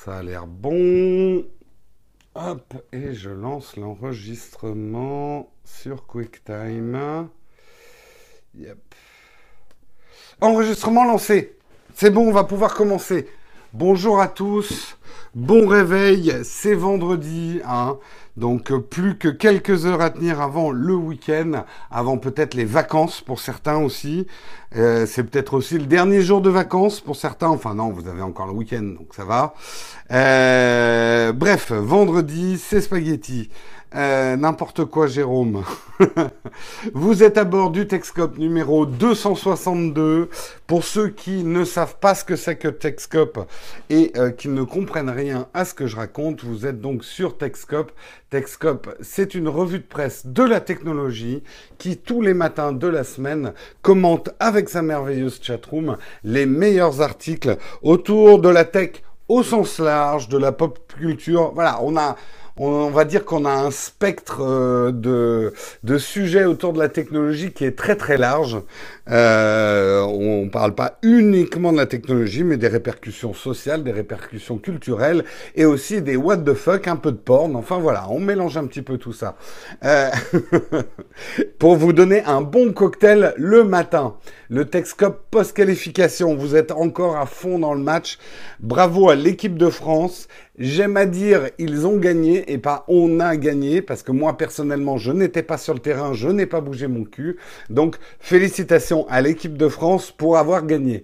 Ça a l'air bon. Hop, et je lance l'enregistrement sur QuickTime. Yep. Enregistrement lancé. C'est bon, on va pouvoir commencer. Bonjour à tous. Bon réveil, c'est vendredi, hein. Donc plus que quelques heures à tenir avant le week-end, avant peut-être les vacances pour certains aussi. C'est peut-être aussi le dernier jour de vacances pour certains. Enfin non, vous avez encore le week-end, donc ça va. Bref, vendredi, c'est spaghetti. N'importe quoi, Jérôme. Vous êtes à bord du Techscope numéro 262. Pour ceux qui ne savent pas ce que c'est que Techscope et qui ne comprennent rien à ce que je raconte, vous êtes donc sur Techscope. Techscope, c'est une revue de presse de la technologie qui, tous les matins de la semaine, commente avec sa merveilleuse chatroom les meilleurs articles autour de la tech au sens large, de la pop culture. Voilà, on va dire qu'on a un spectre de sujets autour de la technologie qui est très très large. On ne parle pas uniquement de la technologie, mais des répercussions sociales, des répercussions culturelles et aussi des what the fuck, un peu de porn. Enfin voilà, on mélange un petit peu tout ça. Pour vous donner un bon cocktail le matin. Le Techscope post-qualification, vous êtes encore à fond dans le match. Bravo à l'équipe de France. J'aime à dire ils ont gagné et pas on a gagné parce que moi personnellement je n'étais pas sur le terrain, je n'ai pas bougé mon cul. Donc félicitations à l'équipe de France pour avoir gagné.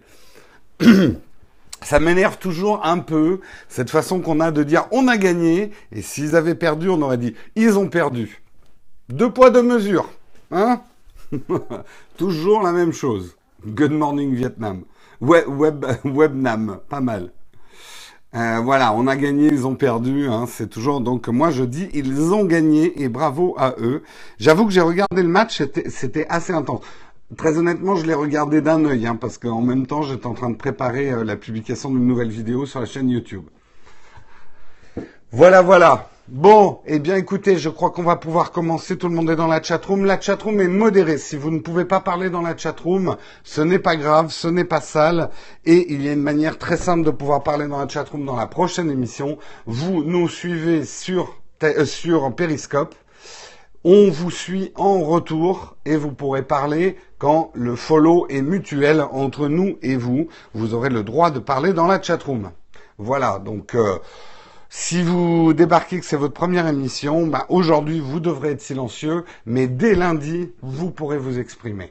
Ça m'énerve toujours un peu cette façon qu'on a de dire on a gagné et s'ils avaient perdu on aurait dit ils ont perdu. Deux poids deux mesures, hein? Toujours la même chose. Good morning Vietnam. Webnam, pas mal. Voilà, on a gagné, ils ont perdu, hein, c'est toujours... Donc moi je dis, ils ont gagné et bravo à eux. J'avoue que j'ai regardé le match, c'était assez intense. Très honnêtement, je l'ai regardé d'un œil, hein, parce qu'en même temps, j'étais en train de préparer la publication d'une nouvelle vidéo sur la chaîne YouTube. Voilà, voilà. Bon, eh bien écoutez, je crois qu'on va pouvoir commencer. Tout le monde est dans la chatroom. La chatroom est modérée. Si vous ne pouvez pas parler dans la chatroom, ce n'est pas grave, ce n'est pas sale. Et il y a une manière très simple de pouvoir parler dans la chatroom dans la prochaine émission. Vous nous suivez sur Periscope. On vous suit en retour et vous pourrez parler quand le follow est mutuel entre nous et vous. Vous aurez le droit de parler dans la chatroom. Voilà, donc... si vous débarquez que c'est votre première émission, bah aujourd'hui vous devrez être silencieux, mais dès lundi, vous pourrez vous exprimer.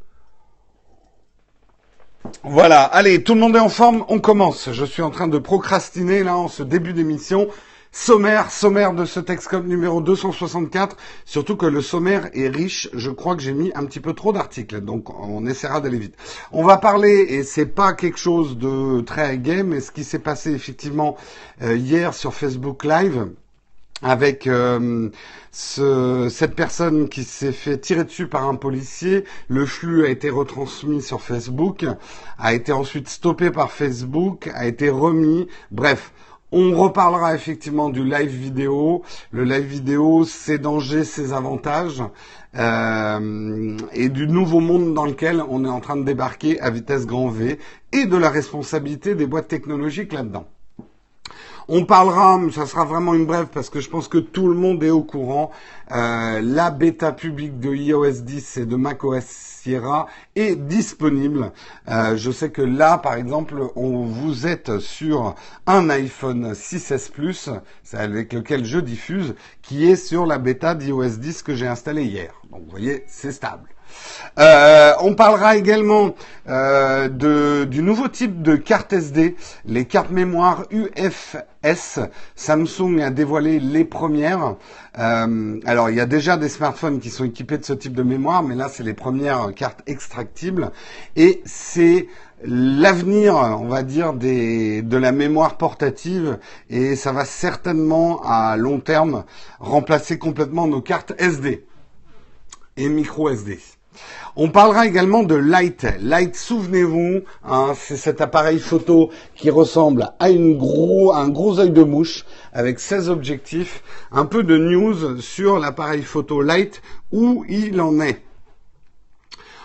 Voilà, allez, tout le monde est en forme, on commence. Je suis en train de procrastiner là en ce début d'émission. Sommaire de ce Techscope numéro 264, surtout que le sommaire est riche, je crois que j'ai mis un petit peu trop d'articles, donc on essaiera d'aller vite. On va parler, et c'est pas quelque chose de très gay, mais ce qui s'est passé effectivement hier sur Facebook Live, avec cette personne qui s'est fait tirer dessus par un policier. Le flux a été retransmis sur Facebook, a été ensuite stoppé par Facebook, a été remis, bref. On reparlera effectivement du live vidéo. Le live vidéo, ses dangers, ses avantages, et du nouveau monde dans lequel on est en train de débarquer à vitesse grand V, et de la responsabilité des boîtes technologiques là-dedans. On parlera, ça sera vraiment une brève parce que je pense que tout le monde est au courant. La bêta publique de iOS 10 et de macOS Sierra est disponible. Je sais que là, par exemple, vous êtes sur un iPhone 6S Plus, c'est avec lequel je diffuse, qui est sur la bêta d'iOS 10 que j'ai installé hier. Donc vous voyez, c'est stable. On parlera également du nouveau type de carte SD, les cartes mémoire UFS. Samsung a dévoilé les premières. Alors il y a déjà des smartphones qui sont équipés de ce type de mémoire, mais là c'est les premières cartes extractibles et c'est l'avenir, on va dire, de la mémoire portative et ça va certainement à long terme remplacer complètement nos cartes SD et micro SD. On parlera également de Light. Light, souvenez-vous, hein, c'est cet appareil photo qui ressemble à un gros œil de mouche avec 16 objectifs. Un peu de news sur l'appareil photo Light, où il en est.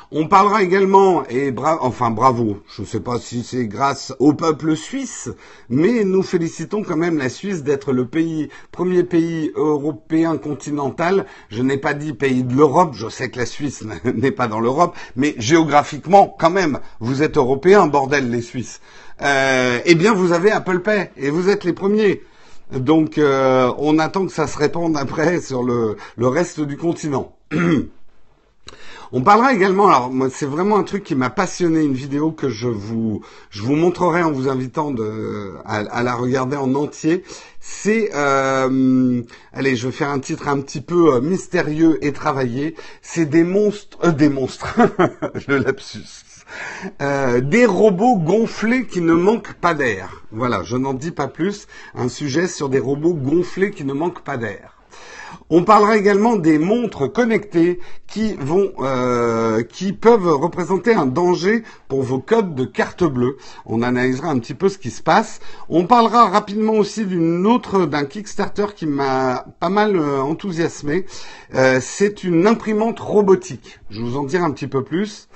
On parlera également, et bravo, je ne sais pas si c'est grâce au peuple suisse, mais nous félicitons quand même la Suisse d'être le premier pays européen continental. Je n'ai pas dit pays de l'Europe, je sais que la Suisse n'est pas dans l'Europe, mais géographiquement, quand même, vous êtes européens, bordel les Suisses. Eh bien, vous avez Apple Pay, et vous êtes les premiers. Donc, on attend que ça se répande après sur le reste du continent. On parlera également, alors moi c'est vraiment un truc qui m'a passionné, une vidéo que je vous montrerai en vous invitant à la regarder en entier. C'est, allez, je vais faire un titre un petit peu mystérieux et travaillé. C'est des monstres, le lapsus. Des robots gonflés qui ne manquent pas d'air. Voilà, je n'en dis pas plus. Un sujet sur des robots gonflés qui ne manquent pas d'air. On parlera également des montres connectées qui peuvent représenter un danger pour vos codes de carte bleue. On analysera un petit peu ce qui se passe. On parlera rapidement aussi d'un Kickstarter qui m'a pas mal enthousiasmé. C'est une imprimante robotique. Je vous en dirai un petit peu plus.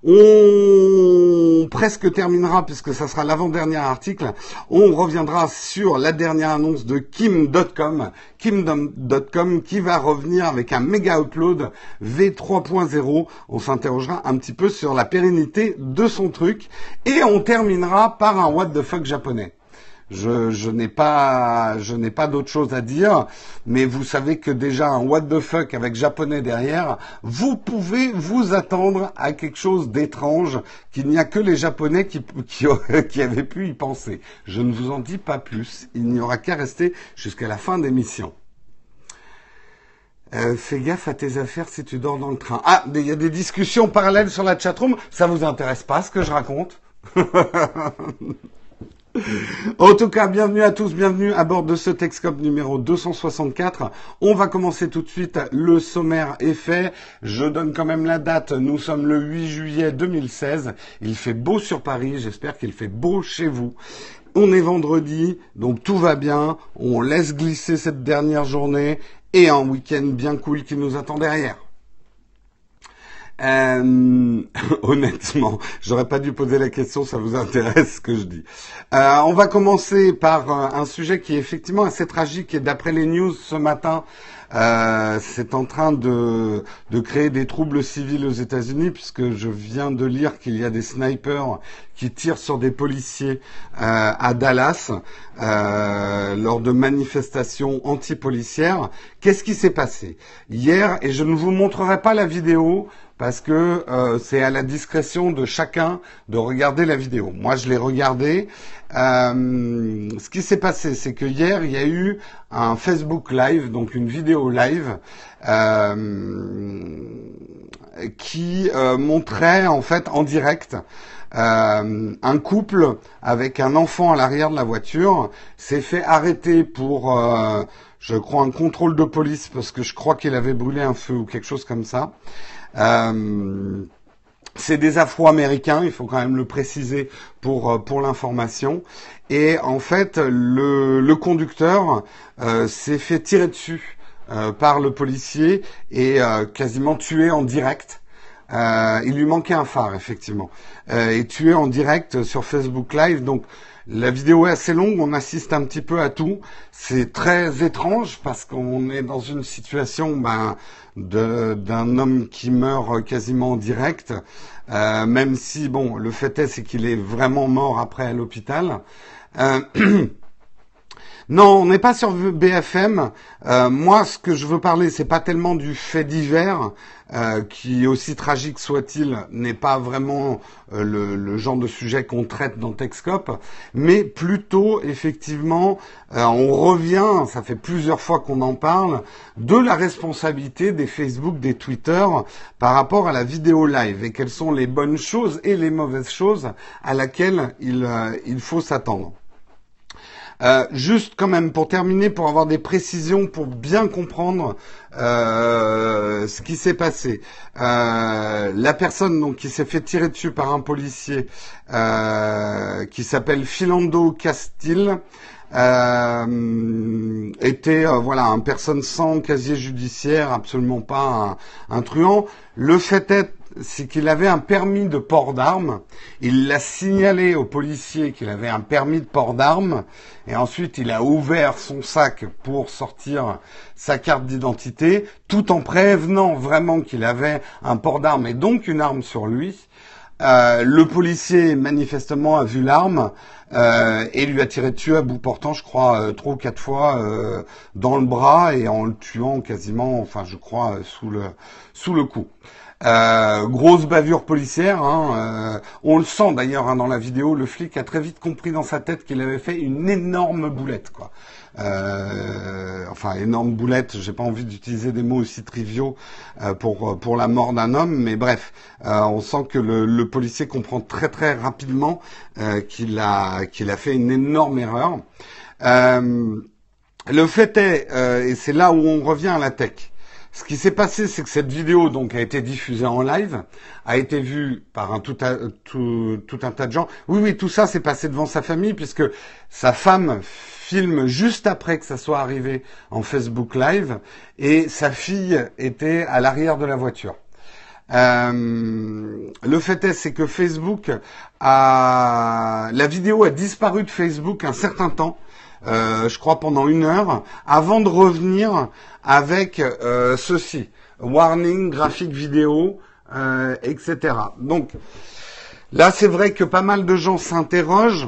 On presque terminera, puisque ça sera l'avant-dernier article, on reviendra sur la dernière annonce de Kim.com qui va revenir avec un méga upload V3.0. On s'interrogera un petit peu sur la pérennité de son truc et on terminera par un what the fuck japonais. Je n'ai pas d'autre chose à dire, mais vous savez que déjà un what the fuck avec japonais derrière, vous pouvez vous attendre à quelque chose d'étrange qu'il n'y a que les japonais qui avaient pu y penser. Je ne vous en dis pas plus, il n'y aura qu'à rester jusqu'à la fin d'émission. Fais gaffe à tes affaires si tu dors dans le train. Ah, il y a des discussions parallèles sur la chatroom, ça vous intéresse pas ce que je raconte? En tout cas, bienvenue à tous, bienvenue à bord de ce Techscope numéro 264. On va commencer tout de suite, le sommaire est fait. Je donne quand même la date, nous sommes le 8 juillet 2016. Il fait beau sur Paris, j'espère qu'il fait beau chez vous. On est vendredi, donc tout va bien, on laisse glisser cette dernière journée et un week-end bien cool qui nous attend derrière. Honnêtement, j'aurais pas dû poser la question, ça vous intéresse ce que je dis. On va commencer par un sujet qui est effectivement assez tragique et d'après les news ce matin, c'est en train de créer des troubles civils aux États-Unis puisque je viens de lire qu'il y a des snipers qui tirent sur des policiers à Dallas lors de manifestations anti-policières. Qu'est-ce qui s'est passé hier? Et je ne vous montrerai pas la vidéo parce que c'est à la discrétion de chacun de regarder la vidéo. Moi, je l'ai regardée. Ce qui s'est passé, c'est que hier, il y a eu un Facebook Live, donc une vidéo live, qui montrait en fait en direct un couple avec un enfant à l'arrière de la voiture s'est fait arrêter pour, je crois, un contrôle de police parce que je crois qu'il avait brûlé un feu ou quelque chose comme ça. C'est des Afro-Américains, il faut quand même le préciser pour l'information. Et en fait, le conducteur s'est fait tirer dessus par le policier et quasiment tué en direct. Il lui manquait un phare, effectivement. Et tué en direct sur Facebook Live. Donc, la vidéo est assez longue, on assiste un petit peu à tout. C'est très étrange parce qu'on est dans une situation d'un homme qui meurt quasiment en direct. Même si, bon, le fait est, c'est qu'il est vraiment mort après à l'hôpital. Non, on n'est pas sur BFM. Moi, ce que je veux parler, c'est pas tellement du fait divers, qui, aussi tragique soit-il, n'est pas vraiment le genre de sujet qu'on traite dans Techscope, mais plutôt, effectivement, on revient, ça fait plusieurs fois qu'on en parle, de la responsabilité des Facebook, des Twitter, par rapport à la vidéo live, et quelles sont les bonnes choses et les mauvaises choses à laquelle il faut s'attendre. Juste quand même pour terminer, pour avoir des précisions, pour bien comprendre ce qui s'est passé. La personne donc qui s'est fait tirer dessus par un policier qui s'appelle Philando Castile était voilà une personne sans casier judiciaire, absolument pas un truand. Le fait est c'est qu'il avait un permis de port d'armes. Il l'a signalé au policier qu'il avait un permis de port d'armes. Et ensuite, il a ouvert son sac pour sortir sa carte d'identité, tout en prévenant vraiment qu'il avait un port d'armes et donc une arme sur lui. Le policier, manifestement, a vu l'arme et lui a tiré dessus à bout portant, je crois, 3 ou 4 fois dans le bras et en le tuant quasiment, enfin, je crois, sous le cou. Grosse bavure policière, hein, on le sent d'ailleurs hein, dans la vidéo, le flic a très vite compris dans sa tête qu'il avait fait une énorme boulette, quoi. Enfin, énorme boulette, j'ai pas envie d'utiliser des mots aussi triviaux pour la mort d'un homme, mais bref, on sent que le policier comprend très très rapidement qu'il a fait une énorme erreur. Le fait est, et c'est là où on revient à la tech, ce qui s'est passé, c'est que cette vidéo donc a été diffusée en live, a été vue par tout un tas de gens. Oui, tout ça s'est passé devant sa famille puisque sa femme filme juste après que ça soit arrivé en Facebook Live et sa fille était à l'arrière de la voiture. Le fait est, c'est que la vidéo a disparu de Facebook un certain temps. Je crois pendant 1 heure, avant de revenir avec ceci, warning, graphique vidéo, etc. Donc là, c'est vrai que pas mal de gens s'interrogent.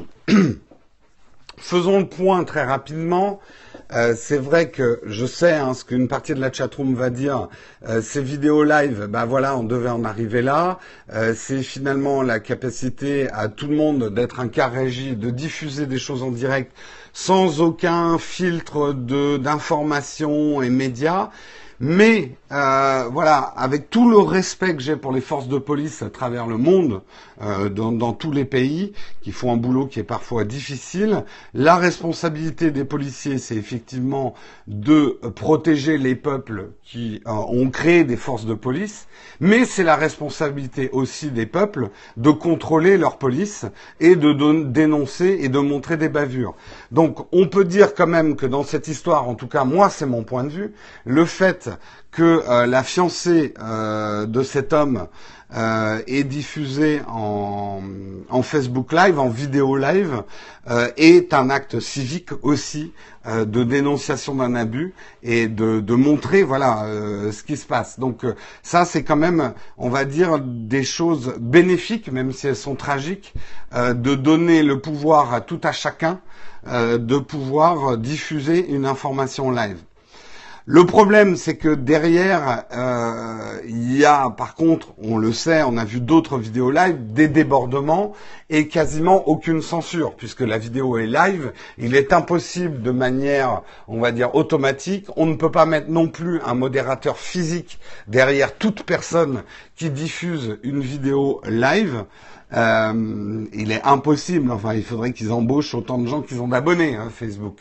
Faisons le point très rapidement. C'est vrai que je sais ce qu'une partie de la chatroom va dire. Ces vidéos live, ben voilà, on devait en arriver là. C'est finalement la capacité à tout le monde d'être un cas régie, de diffuser des choses en direct sans aucun filtre d'information et médias. Mais voilà, avec tout le respect que j'ai pour les forces de police à travers le monde, dans tous les pays, qui font un boulot qui est parfois difficile, la responsabilité des policiers, c'est effectivement de protéger les peuples qui ont créé des forces de police, mais c'est la responsabilité aussi des peuples de contrôler leur police et de dénoncer et de montrer des bavures. Donc on peut dire quand même que dans cette histoire, en tout cas moi c'est mon point de vue, le fait que la fiancée de cet homme est diffusée en Facebook Live, en vidéo live, est un acte civique aussi de dénonciation d'un abus et de montrer voilà ce qui se passe. Donc ça c'est quand même, on va dire, des choses bénéfiques, même si elles sont tragiques, de donner le pouvoir à tout à chacun de pouvoir diffuser une information live. Le problème, c'est que derrière, il y a, par contre, on le sait, on a vu d'autres vidéos live, des débordements et quasiment aucune censure, puisque la vidéo est live. Il est impossible de manière, on va dire, automatique. On ne peut pas mettre non plus un modérateur physique derrière toute personne qui diffuse une vidéo live. Il est impossible, enfin, il faudrait qu'ils embauchent autant de gens qu'ils ont d'abonnés, Facebook.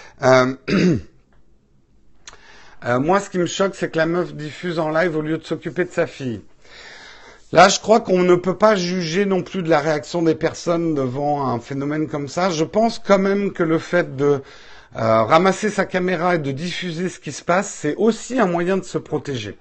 Moi, ce qui me choque, c'est que la meuf diffuse en live au lieu de s'occuper de sa fille. Là, je crois qu'on ne peut pas juger non plus de la réaction des personnes devant un phénomène comme ça. Je pense quand même que le fait de ramasser sa caméra et de diffuser ce qui se passe, c'est aussi un moyen de se protéger.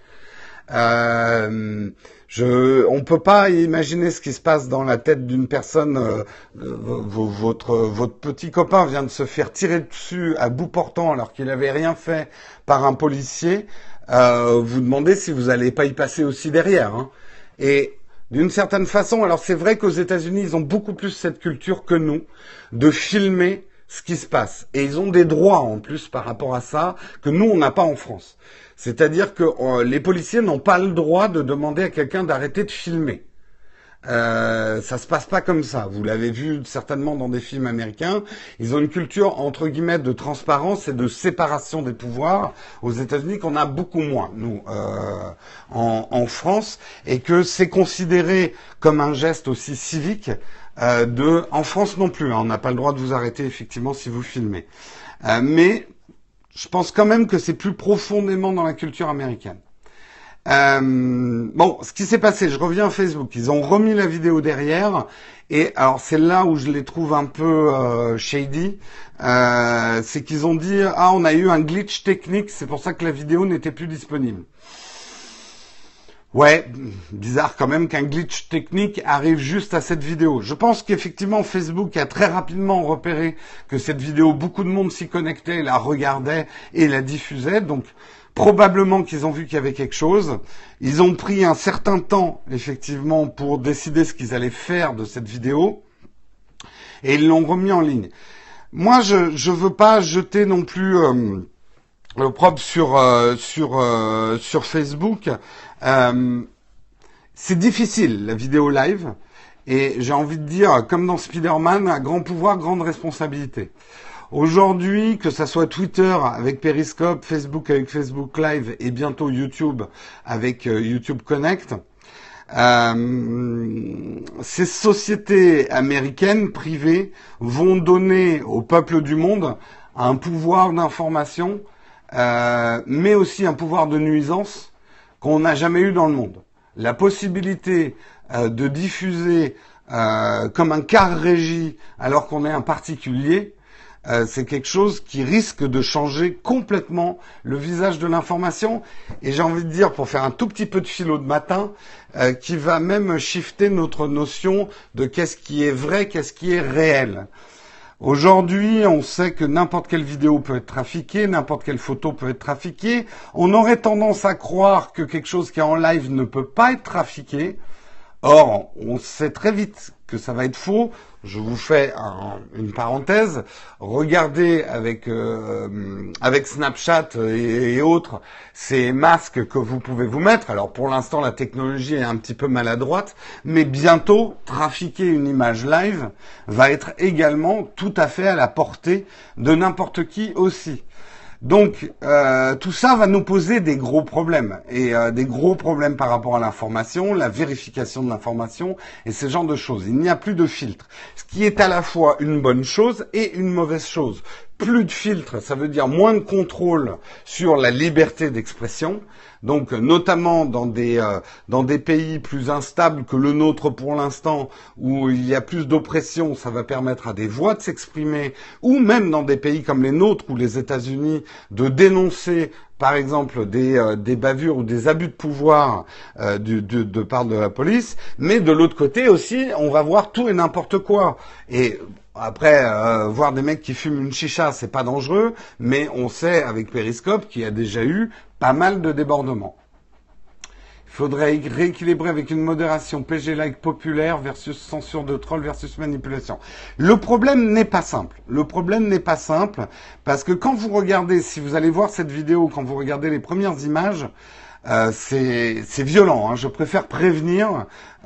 On peut pas imaginer ce qui se passe dans la tête d'une personne. Votre petit copain vient de se faire tirer dessus à bout portant alors qu'il n'avait rien fait par un policier. Vous demandez si vous n'allez pas y passer aussi derrière. Et d'une certaine façon, alors c'est vrai qu'aux États-Unis, ils ont beaucoup plus cette culture que nous de filmer ce qui se passe. Et ils ont des droits en plus par rapport à ça que nous, on n'a pas en France. C'est-à-dire que les policiers n'ont pas le droit de demander à quelqu'un d'arrêter de filmer. Ça se passe pas comme ça. Vous l'avez vu certainement dans des films américains. Ils ont une culture entre guillemets de transparence et de séparation des pouvoirs aux États-Unis qu'on a beaucoup moins nous en France, et que c'est considéré comme un geste aussi civique. En France non plus. On n'a pas le droit de vous arrêter effectivement si vous filmez. Mais je pense quand même que c'est plus profondément dans la culture américaine. Bon, ce qui s'est passé, je reviens à Facebook, ils ont remis la vidéo derrière, et alors c'est là où je les trouve un peu shady, c'est qu'ils ont dit on a eu un glitch technique, c'est pour ça que la vidéo n'était plus disponible. Ouais, bizarre quand même qu'un glitch technique arrive juste à cette vidéo. Je pense qu'effectivement Facebook a très rapidement repéré que cette vidéo, beaucoup de monde s'y connectait, la regardait et la diffusait. Donc probablement qu'ils ont vu qu'il y avait quelque chose. Ils ont pris un certain temps effectivement pour décider ce qu'ils allaient faire de cette vidéo et ils l'ont remis en ligne. Moi, je veux pas jeter non plus l'opprobre sur Facebook. Euh, c'est difficile, la vidéo live. Et j'ai envie de dire, comme dans Spider-Man, à grand pouvoir, grande responsabilité. Aujourd'hui, que ça soit Twitter avec Periscope, Facebook avec Facebook Live et bientôt YouTube avec YouTube Connect, ces sociétés américaines privées vont donner au peuple du monde un pouvoir d'information, mais aussi un pouvoir de nuisance qu'on n'a jamais eu dans le monde. La possibilité de diffuser comme un car régie alors qu'on est un particulier, c'est quelque chose qui risque de changer complètement le visage de l'information. Et j'ai envie de dire, pour faire un tout petit peu de philo de matin, qui va même shifter notre notion de qu'est-ce qui est vrai, qu'est-ce qui est réel. Aujourd'hui, on sait que n'importe quelle vidéo peut être trafiquée, n'importe quelle photo peut être trafiquée. On aurait tendance à croire que quelque chose qui est en live ne peut pas être trafiqué. Or, on sait très vite que ça va être faux. Je vous fais une parenthèse. Regardez avec Snapchat et autres ces masques que vous pouvez vous mettre. Alors pour l'instant, la technologie est un petit peu maladroite, mais bientôt, trafiquer une image live va être également tout à fait à la portée de n'importe qui aussi. Donc tout ça va nous poser des gros problèmes et des gros problèmes par rapport à l'information, la vérification de l'information et ce genre de choses. Il n'y a plus de filtre, ce qui est à la fois une bonne chose et une mauvaise chose. Plus de filtre, ça veut dire moins de contrôle sur la liberté d'expression. Donc, notamment dans des pays plus instables que le nôtre pour l'instant, où il y a plus d'oppression, ça va permettre à des voix de s'exprimer, ou même dans des pays comme les nôtres ou les États-Unis, de dénoncer, par exemple, des bavures ou des abus de pouvoir de part de la police. Mais de l'autre côté aussi, on va voir tout et n'importe quoi. Et après, voir des mecs qui fument une chicha, c'est pas dangereux, mais on sait avec Periscope qu'il y a déjà eu pas mal de débordements. Il faudrait rééquilibrer avec une modération PG-like populaire versus censure de troll versus manipulation. Le problème n'est pas simple. Le problème n'est pas simple parce que quand vous regardez, si vous allez voir cette vidéo, quand vous regardez les premières images, c'est violent, hein. Je préfère prévenir.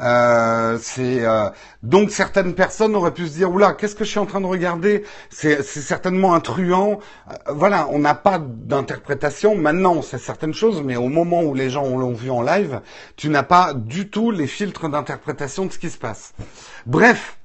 Donc certaines personnes auraient pu se dire oula, qu'est-ce que je suis en train de regarder? C'est certainement un truand. Voilà, on n'a pas d'interprétation. Maintenant, on sait certaines choses, mais au moment où les gens l'ont vu en live, tu n'as pas du tout les filtres d'interprétation de ce qui se passe. Bref.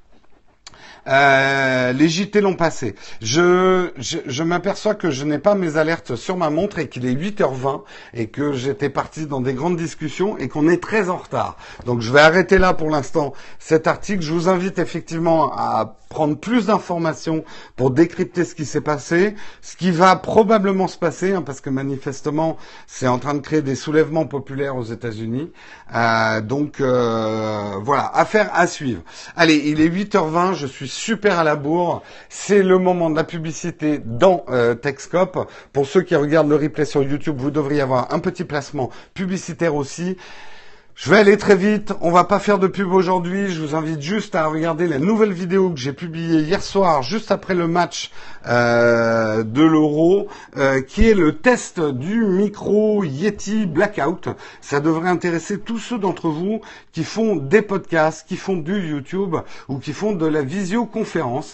Les JT l'ont passé. Je m'aperçois que je n'ai pas mes alertes sur ma montre et qu'il est 8h20 et que j'étais parti dans des grandes discussions et qu'on est très en retard. Donc je vais arrêter là pour l'instant cet article. Je vous invite effectivement à prendre plus d'informations pour décrypter ce qui s'est passé, ce qui va probablement se passer, hein, parce que manifestement c'est en train de créer des soulèvements populaires aux États-Unis. Donc voilà, affaire à suivre. Allez, il est 8h20, je suis super à la bourre. C'est le moment de la publicité dans Techscope. Pour ceux qui regardent le replay sur YouTube, vous devriez avoir un petit placement publicitaire aussi. Je vais aller très vite, on va pas faire de pub aujourd'hui, je vous invite juste à regarder la nouvelle vidéo que j'ai publiée hier soir, juste après le match de l'Euro, qui est le test du micro Yeti Blackout. Ça devrait intéresser tous ceux d'entre vous qui font des podcasts, qui font du YouTube ou qui font de la visioconférence.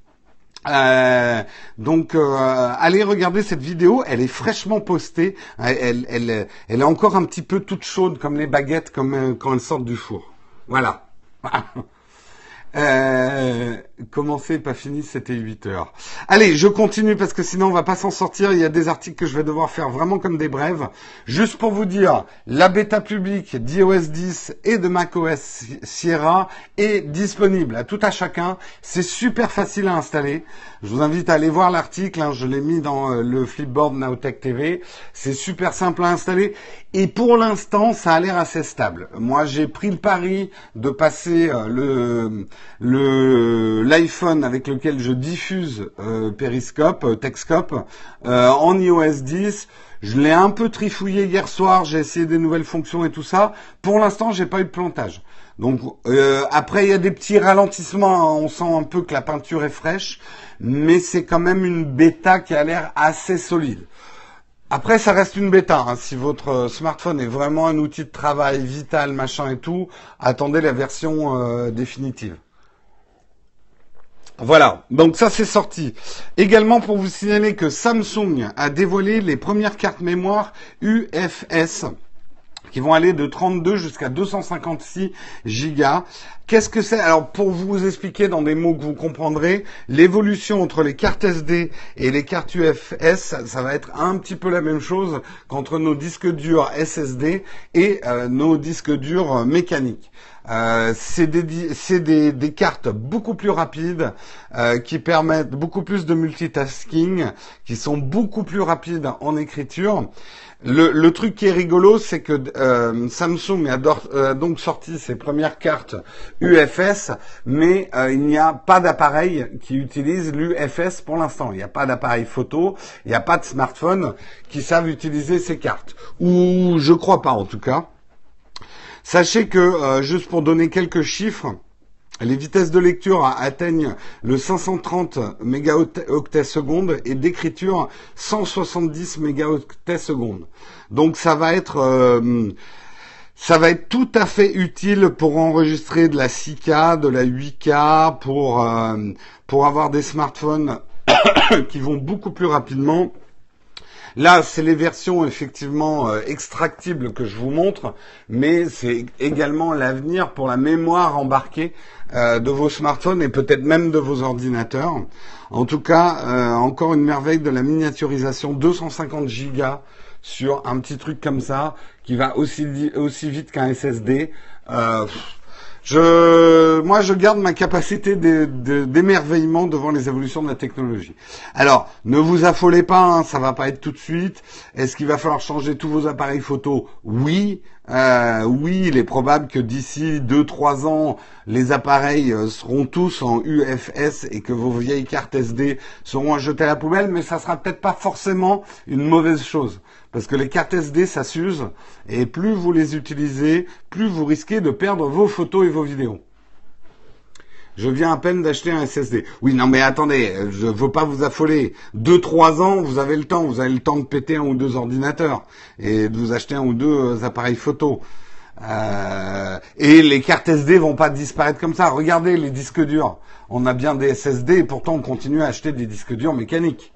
Allez regarder cette vidéo, elle est fraîchement postée, elle est encore un petit peu toute chaude comme les baguettes quand elles sortent du four. Voilà. Commencé, pas fini, c'était 8 heures. Allez, je continue parce que sinon on va pas s'en sortir. Il y a des articles que je vais devoir faire vraiment comme des brèves. Juste pour vous dire, la bêta publique d'iOS 10 et de macOS Sierra est disponible à tout à chacun. C'est super facile à installer. Je vous invite à aller voir l'article. Je l'ai mis dans le Flipboard Nowtech TV. C'est super simple à installer. Et pour l'instant, ça a l'air assez stable. Moi, j'ai pris le pari de passer l'iPhone avec lequel je diffuse Periscope, Techscope, en iOS 10. Je l'ai un peu trifouillé hier soir, j'ai essayé des nouvelles fonctions et tout ça. Pour l'instant, j'ai pas eu de plantage. Donc après, il y a des petits ralentissements. On sent un peu que la peinture est fraîche, mais c'est quand même une bêta qui a l'air assez solide. Après, ça reste une bêta. Si votre smartphone est vraiment un outil de travail vital, machin et tout, attendez la version définitive. Voilà, donc ça c'est sorti. Également pour vous signaler que Samsung a dévoilé les premières cartes mémoire UFS qui vont aller de 32 jusqu'à 256 gigas. Qu'est-ce que c'est? Alors, pour vous expliquer dans des mots que vous comprendrez, l'évolution entre les cartes SD et les cartes UFS, ça va être un petit peu la même chose qu'entre nos disques durs SSD et nos disques durs mécaniques. C'est des cartes beaucoup plus rapides qui permettent beaucoup plus de multitasking, qui sont beaucoup plus rapides en écriture. Le truc qui est rigolo, c'est que Samsung a donc sorti ses premières cartes UFS, mais il n'y a pas d'appareil qui utilise l'UFS pour l'instant. Il n'y a pas d'appareil photo, il n'y a pas de smartphone qui savent utiliser ces cartes. Ou je crois pas en tout cas. Sachez que, juste pour donner quelques chiffres, les vitesses de lecture atteignent le 530 mégaoctets secondes et d'écriture 170 mégaoctets secondes. Donc ça va être tout à fait utile pour enregistrer de la 6K, de la 8K, pour avoir des smartphones qui vont beaucoup plus rapidement. Là, c'est les versions effectivement extractibles que je vous montre, mais c'est également l'avenir pour la mémoire embarquée de vos smartphones et peut-être même de vos ordinateurs. En tout cas, encore une merveille de la miniaturisation, 250 gigas sur un petit truc comme ça, qui va aussi vite qu'un SSD. Moi, je garde ma capacité d'émerveillement devant les évolutions de la technologie. Alors, ne vous affolez pas, ça va pas être tout de suite. Est-ce qu'il va falloir changer tous vos appareils photo? Oui. Oui, il est probable que d'ici 2-3 ans, les appareils seront tous en UFS et que vos vieilles cartes SD seront à jeter à la poubelle, mais ça sera peut-être pas forcément une mauvaise chose. Parce que les cartes SD, ça s'use, et plus vous les utilisez, plus vous risquez de perdre vos photos et vos vidéos. Je viens à peine d'acheter un SSD. Oui, non mais attendez, je veux pas vous affoler. 2-3 ans, vous avez le temps de péter un ou deux ordinateurs et de vous acheter un ou deux appareils photo. Et les cartes SD vont pas disparaître comme ça. Regardez les disques durs. On a bien des SSD et pourtant on continue à acheter des disques durs mécaniques.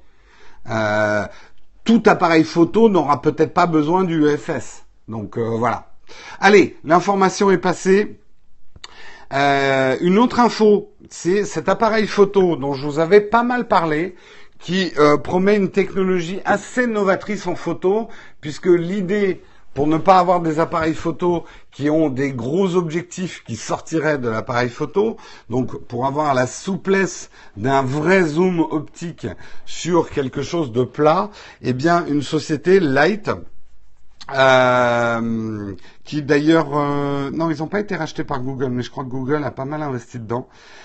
Tout appareil photo n'aura peut-être pas besoin du UFS. Donc voilà. Allez, l'information est passée. Une autre info, c'est cet appareil photo dont je vous avais pas mal parlé, qui promet une technologie assez novatrice en photo, puisque l'idée, pour ne pas avoir des appareils photo qui ont des gros objectifs qui sortiraient de l'appareil photo, donc pour avoir la souplesse d'un vrai zoom optique sur quelque chose de plat, eh bien une société Light, qui d'ailleurs, non, ils n'ont pas été rachetés par Google, mais je crois que Google a pas mal investi dedans.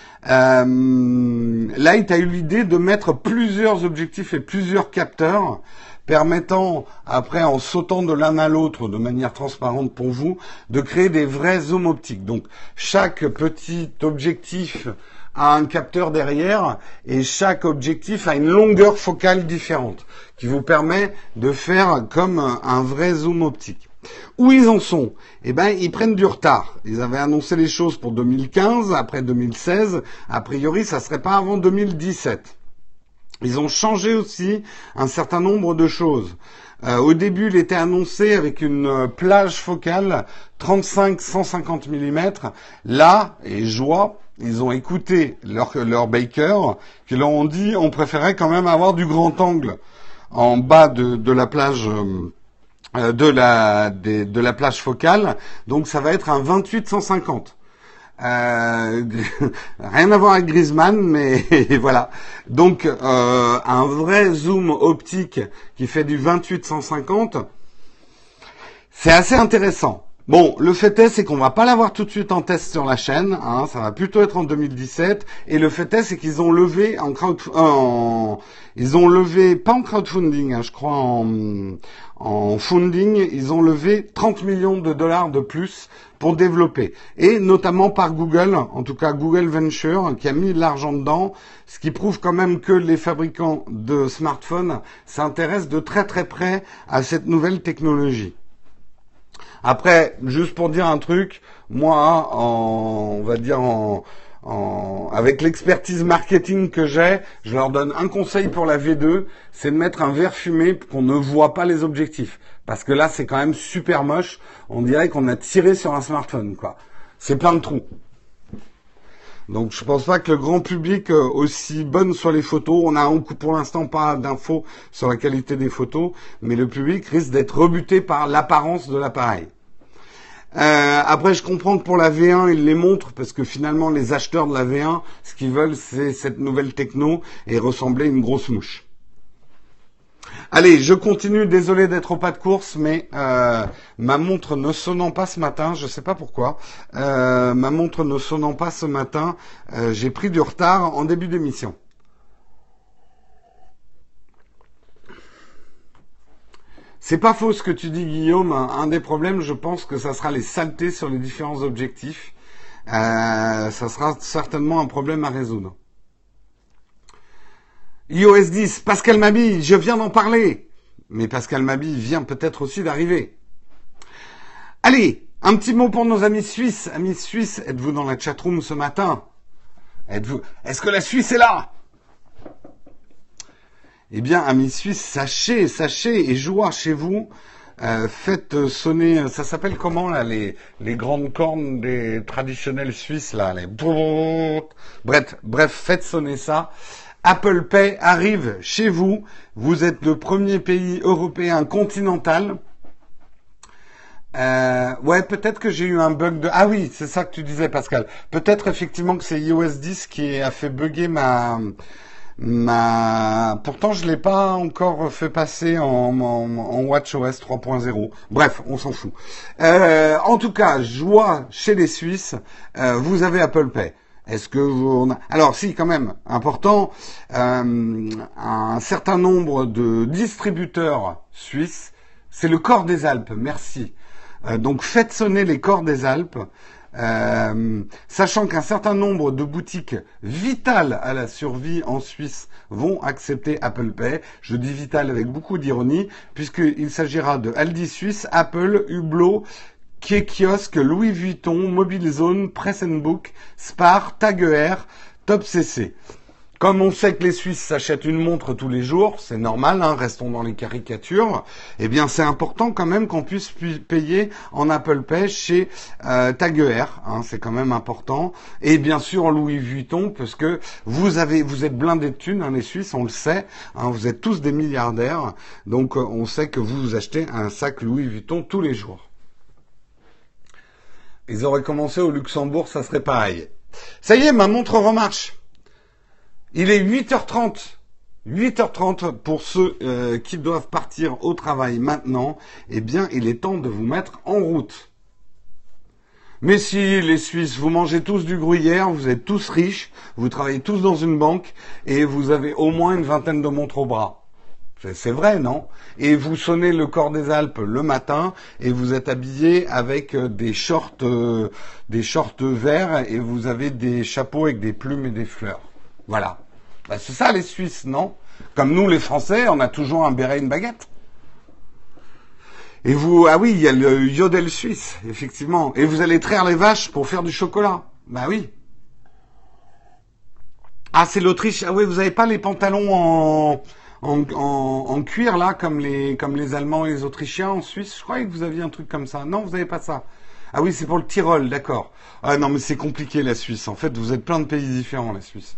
Light a eu l'idée de mettre plusieurs objectifs et plusieurs capteurs permettant, après, en sautant de l'un à l'autre de manière transparente pour vous, de créer des vrais zooms optiques. Donc, chaque petit objectif a un capteur derrière et chaque objectif a une longueur focale différente qui vous permet de faire comme un vrai zoom optique. Où ils en sont? Eh ben, ils prennent du retard. Ils avaient annoncé les choses pour 2015, après 2016. A priori, ça serait pas avant 2017. Ils ont changé aussi un certain nombre de choses. Au début, il était annoncé avec une plage focale 35-150 mm. Là, et joie, Ils ont écouté leur baker qui leur ont dit on préférait quand même avoir du grand angle en bas de la plage de la plage focale. Donc ça va être un 28-150. Rien à voir avec Griezmann, mais voilà. Donc un vrai zoom optique qui fait du 28-150, c'est assez intéressant. Bon, le fait est, c'est qu'on va pas l'avoir tout de suite en test sur la chaîne, hein, ça va plutôt être en 2017. Et le fait est, c'est qu'ils ont levé ils ont levé pas en crowdfunding, hein, je crois en funding, ils ont levé 30 millions de dollars de plus pour développer. Et notamment par Google, en tout cas Google Venture, qui a mis de l'argent dedans, ce qui prouve quand même que les fabricants de smartphones s'intéressent de très très près à cette nouvelle technologie. Après, juste pour dire un truc, moi, avec l'expertise marketing que j'ai, je leur donne un conseil pour la V2, c'est de mettre un verre fumé pour qu'on ne voit pas les objectifs. Parce que là, c'est quand même super moche. On dirait qu'on a tiré sur un smartphone, quoi. C'est plein de trous. Donc je pense pas que le grand public aussi bonne soit les photos. On a pour l'instant pas d'infos sur la qualité des photos, mais le public risque d'être rebuté par l'apparence de l'appareil. Après, je comprends que pour la V1, ils les montrent parce que finalement, les acheteurs de la V1, ce qu'ils veulent, c'est cette nouvelle techno et ressembler à une grosse mouche. Allez, je continue. Désolé d'être au pas de course, mais ma montre ne sonnant pas ce matin, je sais pas pourquoi. Ma montre ne sonnant pas ce matin, j'ai pris du retard en début d'émission. C'est pas faux ce que tu dis, Guillaume. Un des problèmes, je pense que ça sera les saletés sur les différents objectifs. Ça sera certainement un problème à résoudre. iOS 10, Pascal Mabille, je viens d'en parler. Mais Pascal Mabille vient peut-être aussi d'arriver. Allez, un petit mot pour nos amis suisses. Amis suisses, êtes-vous dans la chatroom ce matin? Est-ce que la Suisse est là? Eh bien, amis suisses, sachez, et joie chez vous, faites sonner, ça s'appelle comment là, les grandes cornes des traditionnels suisses là, les bref, faites sonner ça. Apple Pay arrive chez vous. Vous êtes le premier pays européen continental. Ouais, peut-être que j'ai eu un bug de... Ah oui, c'est ça que tu disais, Pascal. Peut-être effectivement que c'est iOS 10 qui a fait bugger Pourtant, je l'ai pas encore fait passer en WatchOS 3.0. Bref, on s'en fout. En tout cas, joie chez les Suisses. Vous avez Apple Pay. Est-ce que vous... Alors, si, quand même, important, un certain nombre de distributeurs suisses, c'est le Corps des Alpes, merci. Donc, faites sonner les Corps des Alpes. Sachant qu'un certain nombre de boutiques vitales à la survie en Suisse vont accepter Apple Pay. Je dis vital avec beaucoup d'ironie, puisqu'il s'agira de Aldi Suisse, Apple, Hublot, Kiosque, Louis Vuitton, Mobilezone, Press & Book, Spar, Tag Heuer, Top CC. Comme on sait que les Suisses s'achètent une montre tous les jours, c'est normal, hein, restons dans les caricatures, eh bien c'est important quand même qu'on puisse payer en Apple Pay chez Tag Heuer, hein, c'est quand même important. Et bien sûr Louis Vuitton, parce que vous êtes blindés de thunes, hein, les Suisses, on le sait, hein, vous êtes tous des milliardaires, donc on sait que vous achetez un sac Louis Vuitton tous les jours. Ils auraient commencé au Luxembourg, ça serait pareil. Ça y est, ma montre remarche. Il est 8h30. 8h30 pour ceux qui doivent partir au travail maintenant. Eh bien, il est temps de vous mettre en route. Mais si, les Suisses, vous mangez tous du gruyère, vous êtes tous riches, vous travaillez tous dans une banque et vous avez au moins une vingtaine de montres au bras. C'est vrai, non? Et vous sonnez le Corps des Alpes le matin et vous êtes habillé avec des shorts verts et vous avez des chapeaux avec des plumes et des fleurs. Voilà. Ben, c'est ça les Suisses, non? Comme nous les Français, on a toujours un béret et une baguette. Et vous, ah oui, il y a le yodel suisse, effectivement. Et vous allez traire les vaches pour faire du chocolat. Bah oui. Ah, c'est l'Autriche. Ah oui, vous avez pas les pantalons en cuir là, comme les Allemands et les Autrichiens en Suisse. Je croyais que vous aviez un truc comme ça. Non, vous n'avez pas ça. Ah oui, c'est pour le Tyrol, d'accord. Ah non, mais c'est compliqué la Suisse. En fait, vous êtes plein de pays différents, la Suisse.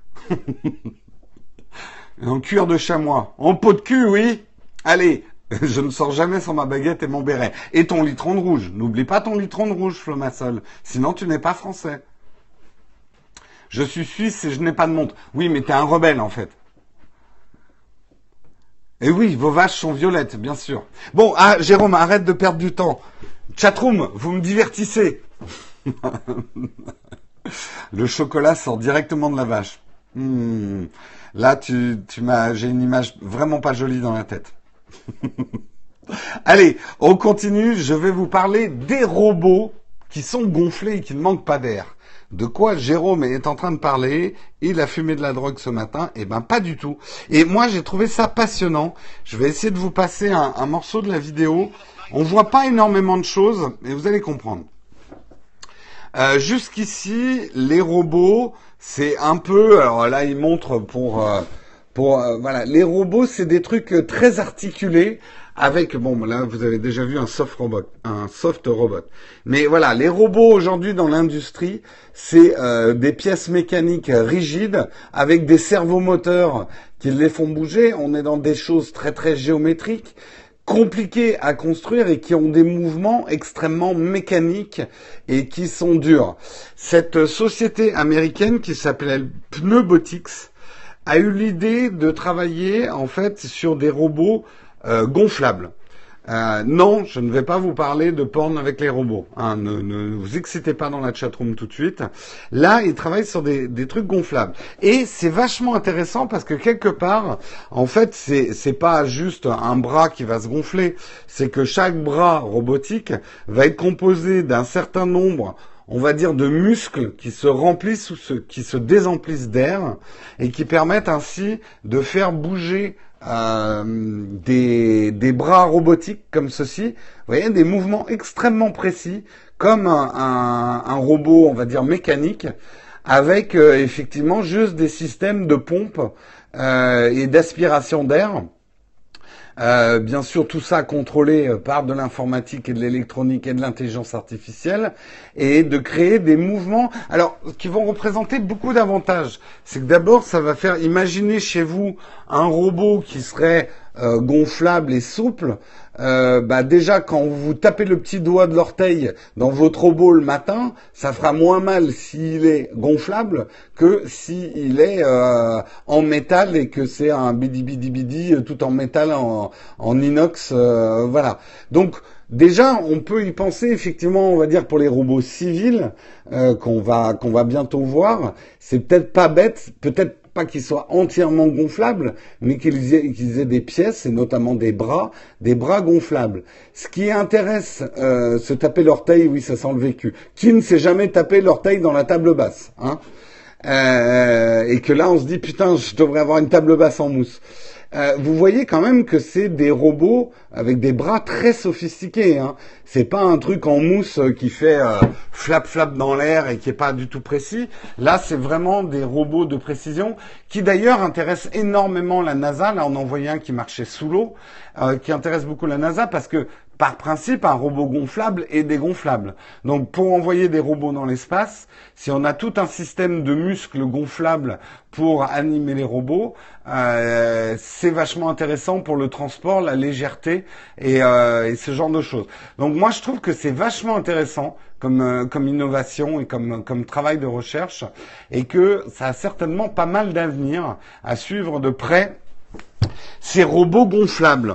En cuir de chamois. En peau de cul, oui. Allez, je ne sors jamais sans ma baguette et mon béret. Et ton litron de rouge. N'oublie pas ton litron de rouge, Flomassol. Sinon, tu n'es pas français. Je suis suisse et je n'ai pas de montre. Oui, mais t'es un rebelle, en fait. Et oui, vos vaches sont violettes, bien sûr. Bon, ah, Jérôme, arrête de perdre du temps. Chatroom, vous me divertissez. Le chocolat sort directement de la vache. Là, j'ai une image vraiment pas jolie dans la tête. Allez, on continue. Je vais vous parler des robots qui sont gonflés et qui ne manquent pas d'air. De quoi Jérôme est en train de parler? Il a fumé de la drogue ce matin? Eh ben, pas du tout. Et moi, j'ai trouvé ça passionnant. Je vais essayer de vous passer un morceau de la vidéo. On voit pas énormément de choses, mais vous allez comprendre. Jusqu'ici, les robots, c'est un peu. Alors là, il montre voilà, les robots, c'est des trucs très articulés. Avec, bon, là, vous avez déjà vu un soft robot. Mais voilà, les robots aujourd'hui dans l'industrie, c'est des pièces mécaniques rigides avec des servomoteurs qui les font bouger. On est dans des choses très très géométriques, compliquées à construire et qui ont des mouvements extrêmement mécaniques et qui sont durs. Cette société américaine qui s'appelait Pneubotics a eu l'idée de travailler en fait sur des robots gonflables. Non, je ne vais pas vous parler de porn avec les robots. Hein, ne vous excitez pas dans la chatroom tout de suite. Là, ils travaillent sur des trucs gonflables. Et c'est vachement intéressant parce que quelque part, en fait, c'est pas juste un bras qui va se gonfler. C'est que chaque bras robotique va être composé d'un certain nombre, on va dire, de muscles qui se remplissent ou qui se désemplissent d'air et qui permettent ainsi de faire bouger des bras robotiques comme ceci. Vous voyez, des mouvements extrêmement précis, comme un robot, on va dire, mécanique, avec effectivement juste des systèmes de pompe et d'aspiration d'air. Bien sûr, tout ça contrôlé par de l'informatique et de l'électronique et de l'intelligence artificielle, et de créer des mouvements, alors qui vont représenter beaucoup d'avantages. C'est que d'abord, ça va faire imaginer chez vous un robot qui serait gonflable et souple. Déjà, quand vous tapez le petit doigt de l'orteil dans votre robot le matin, ça fera moins mal s'il est gonflable que s'il est en métal et que c'est un bidi tout en métal, en inox, voilà. Donc, déjà, on peut y penser effectivement, on va dire pour les robots civils qu'on va bientôt voir. C'est peut-être pas bête, peut-être pas qu'ils soient entièrement gonflables, mais qu'ils aient des pièces, et notamment des bras gonflables. Ce qui intéresse, se taper l'orteil, oui, ça sent le vécu. Qui ne s'est jamais tapé l'orteil dans la table basse, hein? Et que là, on se dit, putain, je devrais avoir une table basse en mousse. Vous voyez quand même que c'est des robots avec des bras très sophistiqués, hein. C'est pas un truc en mousse qui fait flap flap dans l'air et qui est pas du tout précis. Là, c'est vraiment des robots de précision qui d'ailleurs intéressent énormément la NASA. Là, on en voyait un qui marchait sous l'eau, qui intéresse beaucoup la NASA parce que par principe, un robot gonflable est dégonflable. Donc, pour envoyer des robots dans l'espace, si on a tout un système de muscles gonflables pour animer les robots, c'est vachement intéressant pour le transport, la légèreté et ce genre de choses. Donc, moi, je trouve que c'est vachement intéressant comme innovation et comme travail de recherche, et que ça a certainement pas mal d'avenir à suivre de près ces robots gonflables.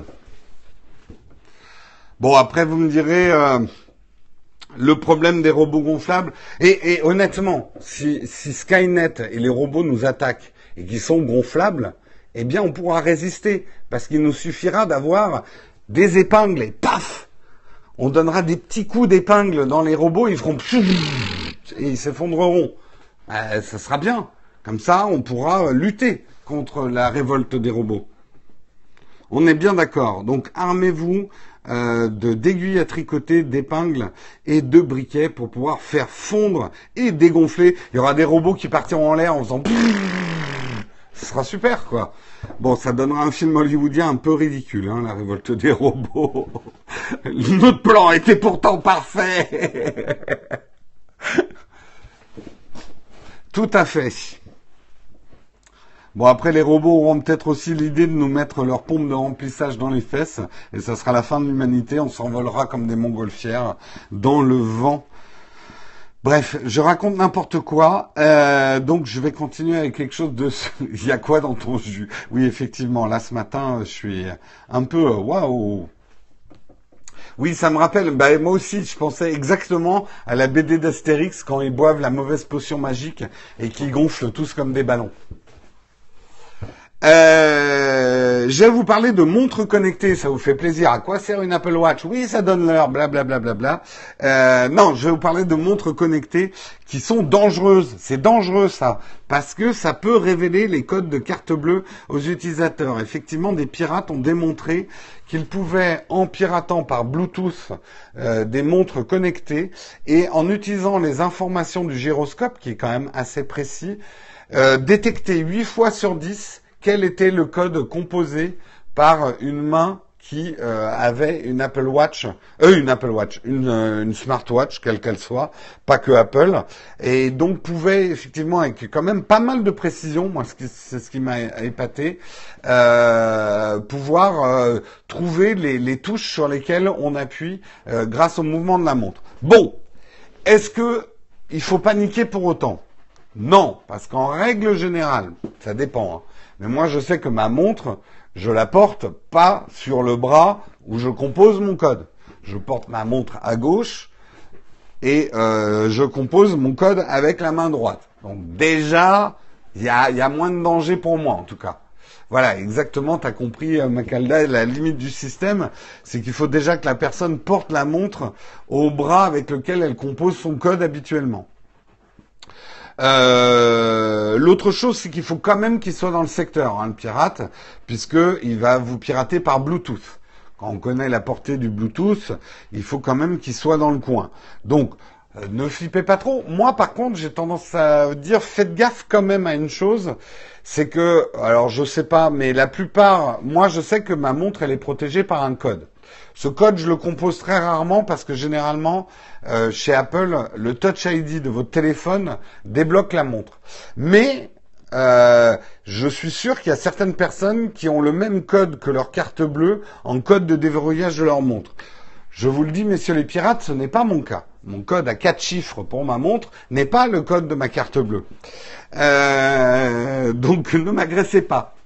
Bon, après, vous me direz, le problème des robots gonflables, et honnêtement, si Skynet et les robots nous attaquent et qu'ils sont gonflables, eh bien, on pourra résister, parce qu'il nous suffira d'avoir des épingles, et paf, on donnera des petits coups d'épingle dans les robots, ils feront et ils s'effondreront. Ça sera bien. Comme ça, on pourra lutter contre la révolte des robots. On est bien d'accord. Donc, armez-vous d'aiguilles à tricoter, d'épingles et de briquets pour pouvoir faire fondre et dégonfler. Il y aura des robots qui partiront en l'air en faisant Ce sera super, quoi. Bon, ça donnera un film hollywoodien un peu ridicule, hein, la révolte des robots. Notre plan était pourtant parfait. Tout à fait. Bon, après, les robots auront peut-être aussi l'idée de nous mettre leur pompe de remplissage dans les fesses, et ça sera la fin de l'humanité, on s'envolera comme des montgolfières dans le vent. Bref, je raconte n'importe quoi, donc je vais continuer avec quelque chose de... Il y a quoi dans ton jus? Oui, effectivement, là ce matin, je suis un peu... Waouh. Oui, ça me rappelle, bah, moi aussi, je pensais exactement à la BD d'Astérix quand ils boivent la mauvaise potion magique et qu'ils gonflent tous comme des ballons. Je vais vous parler de montres connectées, ça vous fait plaisir. À quoi sert une Apple Watch? Oui, ça donne l'heure, blablabla. Bla, bla, bla. Non, je vais vous parler de montres connectées qui sont dangereuses. C'est dangereux ça, parce que ça peut révéler les codes de carte bleue aux utilisateurs. Effectivement, des pirates ont démontré qu'ils pouvaient, en piratant par Bluetooth des montres connectées et en utilisant les informations du gyroscope, qui est quand même assez précis, détecter 8 fois sur 10 quel était le code composé par une main qui avait une Apple Watch, une smartwatch, quelle qu'elle soit, pas que Apple, et donc pouvait effectivement, avec quand même pas mal de précision, moi c'est ce qui m'a épaté, pouvoir trouver les touches sur lesquelles on appuie grâce au mouvement de la montre. Bon, est-ce que il faut paniquer pour autant? Non, parce qu'en règle générale, ça dépend, hein. Mais moi, je sais que ma montre, je la porte pas sur le bras où je compose mon code. Je porte ma montre à gauche et je compose mon code avec la main droite. Donc déjà, il y a moins de danger pour moi, en tout cas. Voilà, exactement, t'as compris, Macalda, la limite du système, c'est qu'il faut déjà que la personne porte la montre au bras avec lequel elle compose son code habituellement. L'autre chose, c'est qu'il faut quand même qu'il soit dans le secteur, hein, le pirate, puisque il va vous pirater par Bluetooth. Quand on connaît la portée du Bluetooth, il faut quand même qu'il soit dans le coin. Donc, ne flippez pas trop. Moi, par contre, j'ai tendance à dire, faites gaffe quand même à une chose, c'est que, alors je sais pas, mais la plupart, moi je sais que ma montre, elle est protégée par un code. Ce code, je le compose très rarement parce que généralement, chez Apple, le Touch ID de votre téléphone débloque la montre. Mais je suis sûr qu'il y a certaines personnes qui ont le même code que leur carte bleue en code de déverrouillage de leur montre. Je vous le dis, messieurs les pirates, ce n'est pas mon cas. Mon code à 4 chiffres pour ma montre n'est pas le code de ma carte bleue. Donc ne m'agressez pas.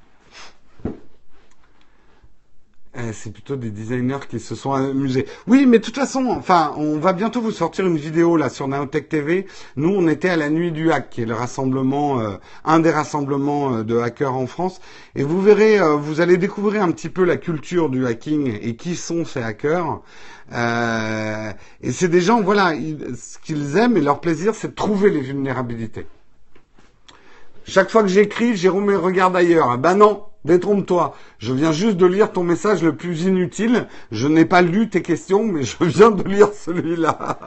C'est plutôt des designers qui se sont amusés. Oui, mais de toute façon, enfin, on va bientôt vous sortir une vidéo là sur Naotech TV. Nous, on était à la nuit du hack, qui est le rassemblement, un des rassemblements de hackers en France. Et vous verrez, vous allez découvrir un petit peu la culture du hacking et qui sont ces hackers. Et c'est des gens, voilà, ce qu'ils aiment et leur plaisir, c'est de trouver les vulnérabilités. Chaque fois que j'écris, Jérôme regarde ailleurs. Ben non, détrompe-toi. Je viens juste de lire ton message le plus inutile. Je n'ai pas lu tes questions, mais je viens de lire celui-là.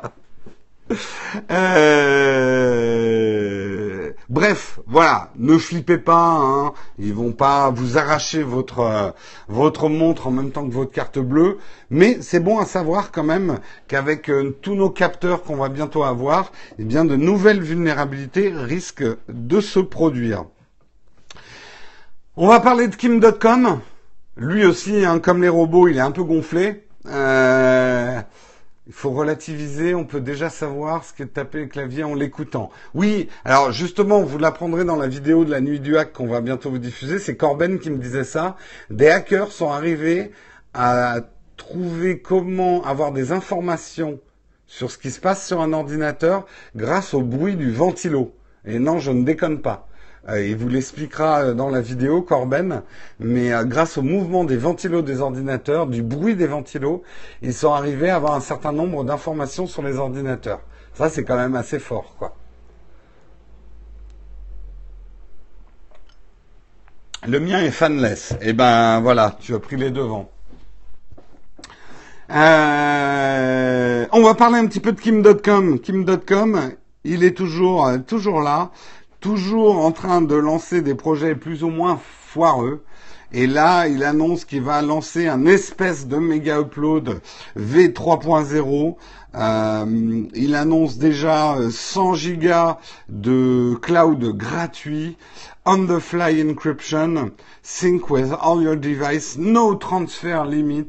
Bref, voilà, ne flippez pas, hein. Ils vont pas vous arracher votre montre en même temps que votre carte bleue, mais c'est bon à savoir quand même qu'avec tous nos capteurs qu'on va bientôt avoir, eh bien de nouvelles vulnérabilités risquent de se produire. On va parler de Kim.com. Lui aussi, hein, comme les robots, il est un peu gonflé. Il faut relativiser, on peut déjà savoir ce qu'est de taper le clavier en l'écoutant. Oui, alors justement, vous l'apprendrez dans la vidéo de la nuit du hack qu'on va bientôt vous diffuser, c'est Corben qui me disait ça. Des hackers sont arrivés à trouver comment avoir des informations sur ce qui se passe sur un ordinateur grâce au bruit du ventilo. Et non, je ne déconne pas. Il vous l'expliquera dans la vidéo, Corben, mais grâce au mouvement des ventilos des ordinateurs, du bruit des ventilos, ils sont arrivés à avoir un certain nombre d'informations sur les ordinateurs. Ça, c'est quand même assez fort, quoi. Le mien est fanless. Eh ben, voilà, tu as pris les devants. On va parler un petit peu de Kim.com. Kim.com, il est toujours là. toujours en train de lancer des projets plus ou moins foireux. Et là, il annonce qu'il va lancer un espèce de méga upload V3.0. Il annonce déjà 100 gigas de cloud gratuit, on the fly encryption, sync with all your devices, no transfer limit.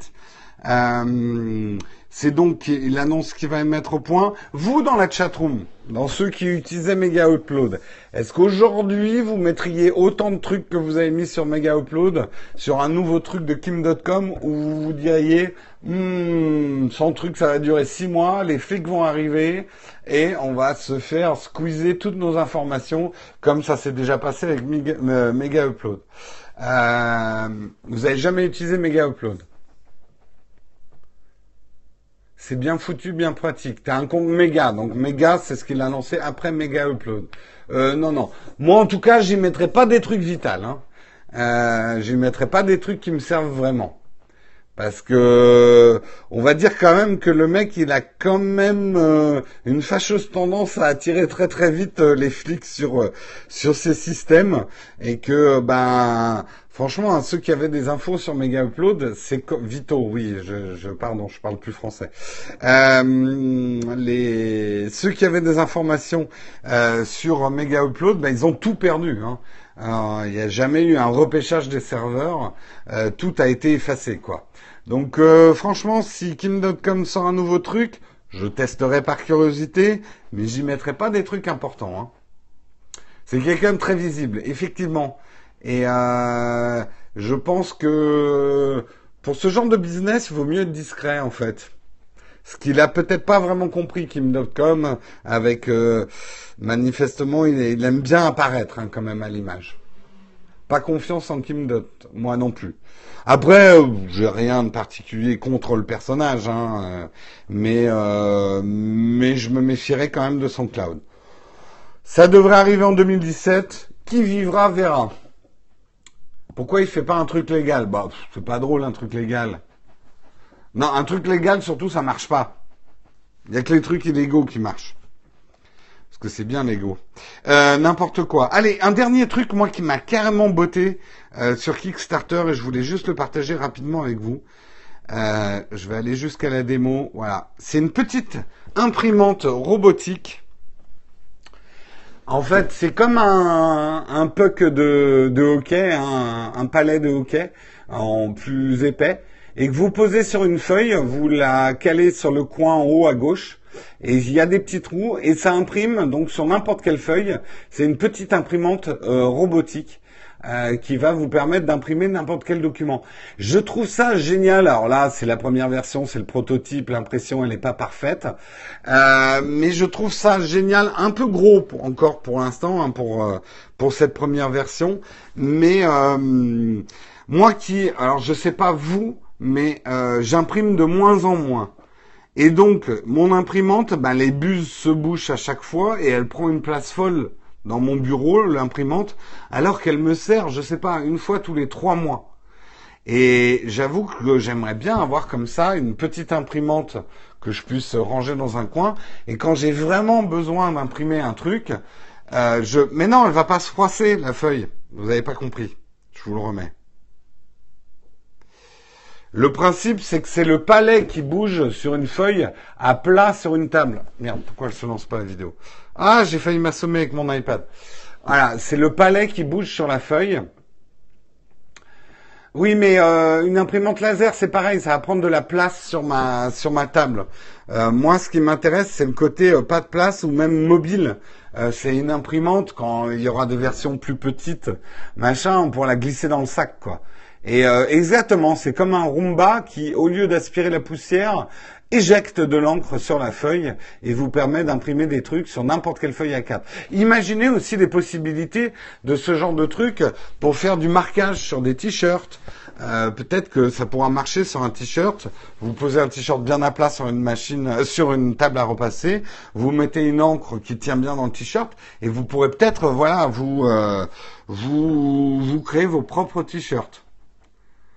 C'est donc, il annonce qu'il va mettre au point. Vous, dans la chatroom, dans ceux qui utilisaient Mega Upload, est-ce qu'aujourd'hui, vous mettriez autant de trucs que vous avez mis sur Mega Upload sur un nouveau truc de Kim.com où vous vous diriez, son truc, ça va durer 6 mois, les flics vont arriver et on va se faire squeezer toutes nos informations comme ça s'est déjà passé avec Mega Upload. Vous avez jamais utilisé Mega Upload? C'est bien foutu, bien pratique. T'as un compte méga, donc méga, c'est ce qu'il a lancé après Mega Upload. Non. Moi, en tout cas, j'y mettrai pas des trucs vitals. J'y mettrai pas des trucs qui me servent vraiment. Parce que on va dire quand même que le mec, il a quand même une fâcheuse tendance à attirer très très vite les flics sur ses systèmes et que franchement, ceux qui avaient des infos sur Mega Upload, c'est Vito, oui, pardon, je parle plus français. Ceux qui avaient des informations sur Mega Upload, ils ont tout perdu. Alors, il n'y a jamais eu un repêchage des serveurs, tout a été effacé, quoi. Donc franchement, si Kim.com sort un nouveau truc, je testerai par curiosité, mais j'y mettrai pas des trucs importants. C'est quelqu'un de très visible, effectivement. Et je pense que pour ce genre de business, il vaut mieux être discret, en fait. Ce qu'il a peut-être pas vraiment compris, Kim.com, avec manifestement, il aime bien apparaître quand même à l'image. Pas confiance en Kim.com, moi non plus. Après, j'ai rien de particulier contre le personnage, mais je me méfierais quand même de son cloud. Ça devrait arriver en 2017. Qui vivra verra. Pourquoi il fait pas un truc légal? C'est pas drôle un truc légal. Non, un truc légal surtout ça marche pas. Il y a que les trucs illégaux qui marchent. Parce que c'est bien légaux. N'importe quoi. Allez, un dernier truc, moi, qui m'a carrément botté sur Kickstarter, et je voulais juste le partager rapidement avec vous. Je vais aller jusqu'à la démo. Voilà. C'est une petite imprimante robotique. En fait, c'est comme un puck de hockey, un palais de hockey en plus épais, et que vous posez sur une feuille, vous la calez sur le coin en haut à gauche, et il y a des petits trous, et ça imprime donc sur n'importe quelle feuille. C'est une petite imprimante robotique qui va vous permettre d'imprimer n'importe quel document. Je trouve ça génial. Alors là, c'est la première version, c'est le prototype, l'impression elle n'est pas parfaite, mais je trouve ça génial, un peu gros encore pour l'instant pour cette première version. Mais moi alors je sais pas vous, mais j'imprime de moins en moins. Et donc, mon imprimante, les buses se bouchent à chaque fois et elle prend une place folle dans mon bureau, l'imprimante, alors qu'elle me sert, je sais pas, une fois tous les 3 mois. Et j'avoue que j'aimerais bien avoir comme ça une petite imprimante que je puisse ranger dans un coin. Et quand j'ai vraiment besoin d'imprimer un truc, mais non, elle va pas se froisser, la feuille. Vous avez pas compris. Je vous le remets. Le principe, c'est que c'est le palais qui bouge sur une feuille à plat sur une table. Merde, pourquoi elle se lance pas la vidéo? Ah, j'ai failli m'assommer avec mon iPad. Voilà, c'est le palais qui bouge sur la feuille. Oui, mais une imprimante laser, c'est pareil, ça va prendre de la place sur ma table. Moi, ce qui m'intéresse, c'est le côté pas de place ou même mobile. C'est une imprimante, quand il y aura des versions plus petites, on pourra la glisser dans le sac, quoi. Et exactement, c'est comme un Roomba qui, au lieu d'aspirer la poussière, éjecte de l'encre sur la feuille et vous permet d'imprimer des trucs sur n'importe quelle feuille A4. Imaginez aussi les possibilités de ce genre de truc pour faire du marquage sur des t-shirts. Peut-être que ça pourra marcher sur un t-shirt. Vous posez un t-shirt bien à plat sur une machine, sur une table à repasser. Vous mettez une encre qui tient bien dans le t-shirt et vous pourrez peut-être, vous créer vos propres t-shirts.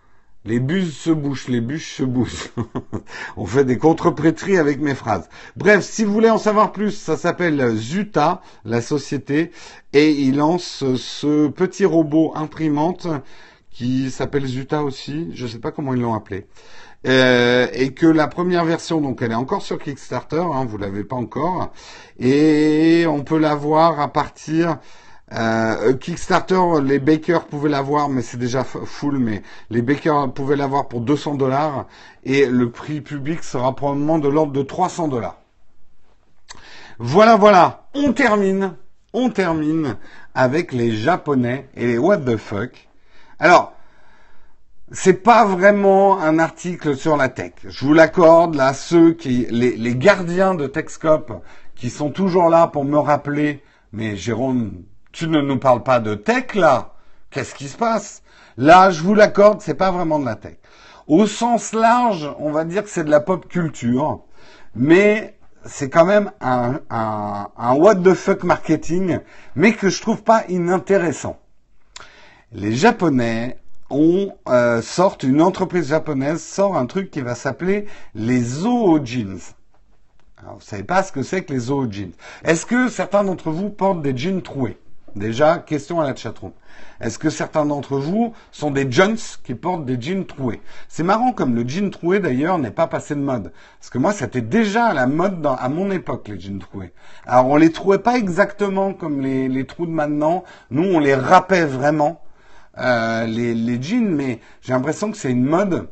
Les buses se bouchent, les bûches se bouchent. On fait des contreprétries avec mes phrases. Bref, si vous voulez en savoir plus, ça s'appelle Zuta, la société, et il lance ce petit robot imprimante qui s'appelle Zuta aussi. Je sais pas comment ils l'ont appelé. Et que la première version, donc elle est encore sur Kickstarter, hein, vous l'avez pas encore, et on peut la voir à partir Kickstarter, les bakers pouvaient l'avoir, mais c'est déjà full, mais les bakers pouvaient l'avoir pour 200 $, et le prix public sera probablement de l'ordre de 300 $. Voilà, voilà, on termine avec les Japonais et les what the fuck. Alors, c'est pas vraiment un article sur la tech. Je vous l'accorde, là, les gardiens de Techscope qui sont toujours là pour me rappeler, mais Jérôme, tu ne nous parles pas de tech, là. Qu'est-ce qui se passe? Là, je vous l'accorde, c'est pas vraiment de la tech. Au sens large, on va dire que c'est de la pop culture, mais c'est quand même un what the fuck marketing, mais que je trouve pas inintéressant. Les Japonais une entreprise japonaise sort un truc qui va s'appeler les Zoo Jeans. Alors, vous savez pas ce que c'est que les Zoo Jeans. Est-ce que certains d'entre vous portent des jeans troués? Déjà, question à la chatroom. Est-ce que certains d'entre vous sont des Jones qui portent des jeans troués? C'est marrant comme le jean troué d'ailleurs n'est pas passé de mode. Parce que moi, c'était déjà à la mode à mon époque, les jeans troués. Alors, on les trouait pas exactement comme les trous de maintenant. Nous, on les râpait vraiment. Les jeans, mais j'ai l'impression que c'est une mode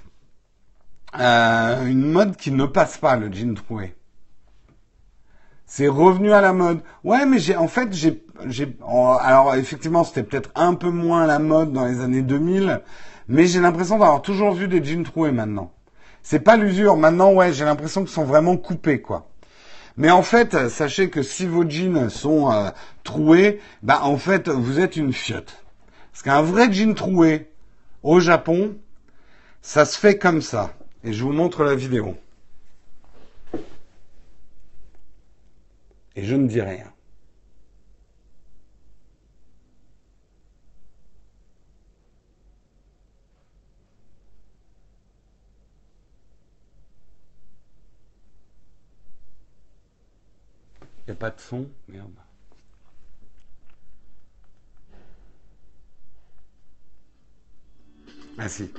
qui ne passe pas, le jean troué. C'est revenu à la mode. Ouais, mais alors effectivement, c'était peut-être un peu moins la mode dans les années 2000, mais j'ai l'impression d'avoir toujours vu des jeans troués maintenant. C'est pas l'usure. Maintenant, ouais, j'ai l'impression qu'ils sont vraiment coupés, quoi. Mais en fait, sachez que si vos jeans sont troués, bah en fait, vous êtes une fiotte. Parce qu'un vrai jean troué au Japon, ça se fait comme ça. Et je vous montre la vidéo. Et je ne dis rien. Il n'y a pas de son? Merde. Ah si.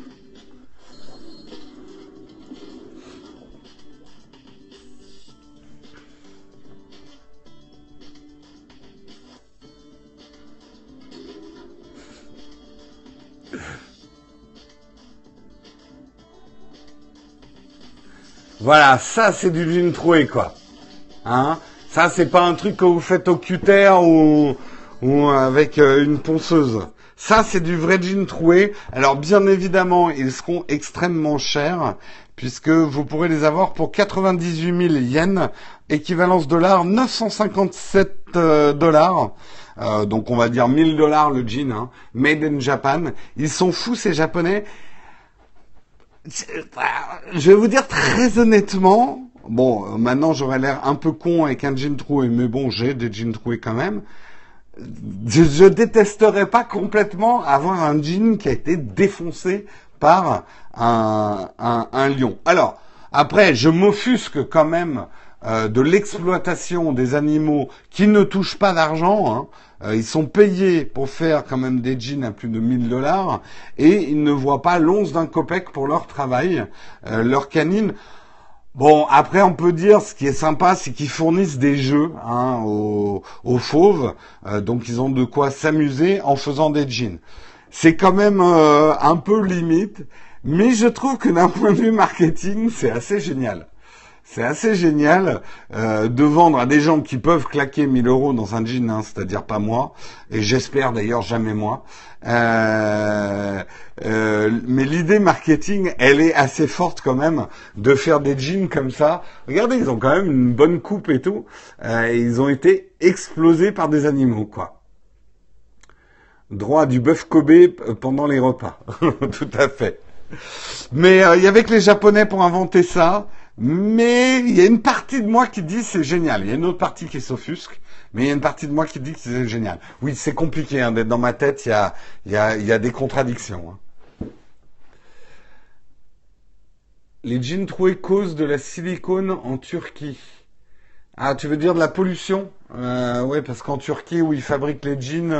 Voilà, ça c'est du jean troué, quoi. Hein? Ça c'est pas un truc que vous faites au cutter ou avec une ponceuse. Ça c'est du vrai jean troué. Alors bien évidemment, ils seront extrêmement chers puisque vous pourrez les avoir pour 98 000 yens, équivalence dollar 957 $. Donc on va dire 1000 $ le jean, hein, made in Japan. Ils sont fous ces Japonais. Je vais vous dire très honnêtement, bon, maintenant j'aurais l'air un peu con avec un jean troué, mais bon, j'ai des jeans troués quand même. Je détesterais pas complètement avoir un jean qui a été défoncé par un lion. Alors, après, je m'offusque quand même de l'exploitation des animaux qui ne touchent pas d'argent, hein. Ils sont payés pour faire quand même des jeans à plus de 1000 $ et ils ne voient pas l'once d'un copec pour leur travail, leur canine. Bon, après on peut dire, ce qui est sympa, c'est qu'ils fournissent des jeux, hein, aux fauves, donc ils ont de quoi s'amuser en faisant des jeans. C'est quand même un peu limite, mais je trouve que d'un point de vue marketing, c'est assez génial. C'est assez génial de vendre à des gens qui peuvent claquer 1000 € dans un jean, hein, c'est-à-dire pas moi, et j'espère d'ailleurs jamais moi. Mais l'idée marketing, elle est assez forte quand même de faire des jeans comme ça. Regardez, ils ont quand même une bonne coupe et tout. Et ils ont été explosés par des animaux, quoi. Droit du bœuf Kobe pendant les repas. Tout à fait. Mais il y avait que les Japonais pour inventer ça. Mais il y a une partie de moi qui dit c'est génial. Il y a une autre partie qui s'offusque, mais il y a une partie de moi qui dit que c'est génial. Oui, c'est compliqué, hein, d'être dans ma tête, il y a des contradictions, hein. Les jeans troués cause de la silicone en Turquie. Ah, tu veux dire de la pollution? Ouais, parce qu'en Turquie, où ils fabriquent les jeans,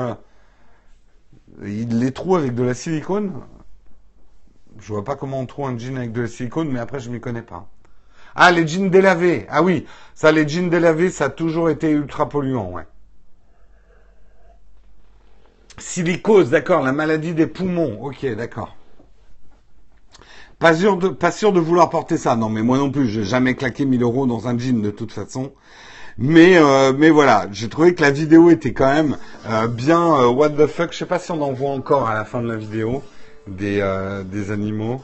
ils les trouent avec de la silicone. Je vois pas comment on trouve un jean avec de la silicone, mais après, je m'y connais pas. Ah, les jeans délavés. Ah oui, ça, les jeans délavés, ça a toujours été ultra polluant, ouais. Silicose, d'accord, la maladie des poumons. Ok, d'accord. Pas sûr de vouloir porter ça. Non, mais moi non plus, j'ai jamais claqué 1 000 € dans un jean de toute façon. Mais voilà, j'ai trouvé que la vidéo était quand même bien what the fuck. Je sais pas si on en voit encore à la fin de la vidéo des animaux.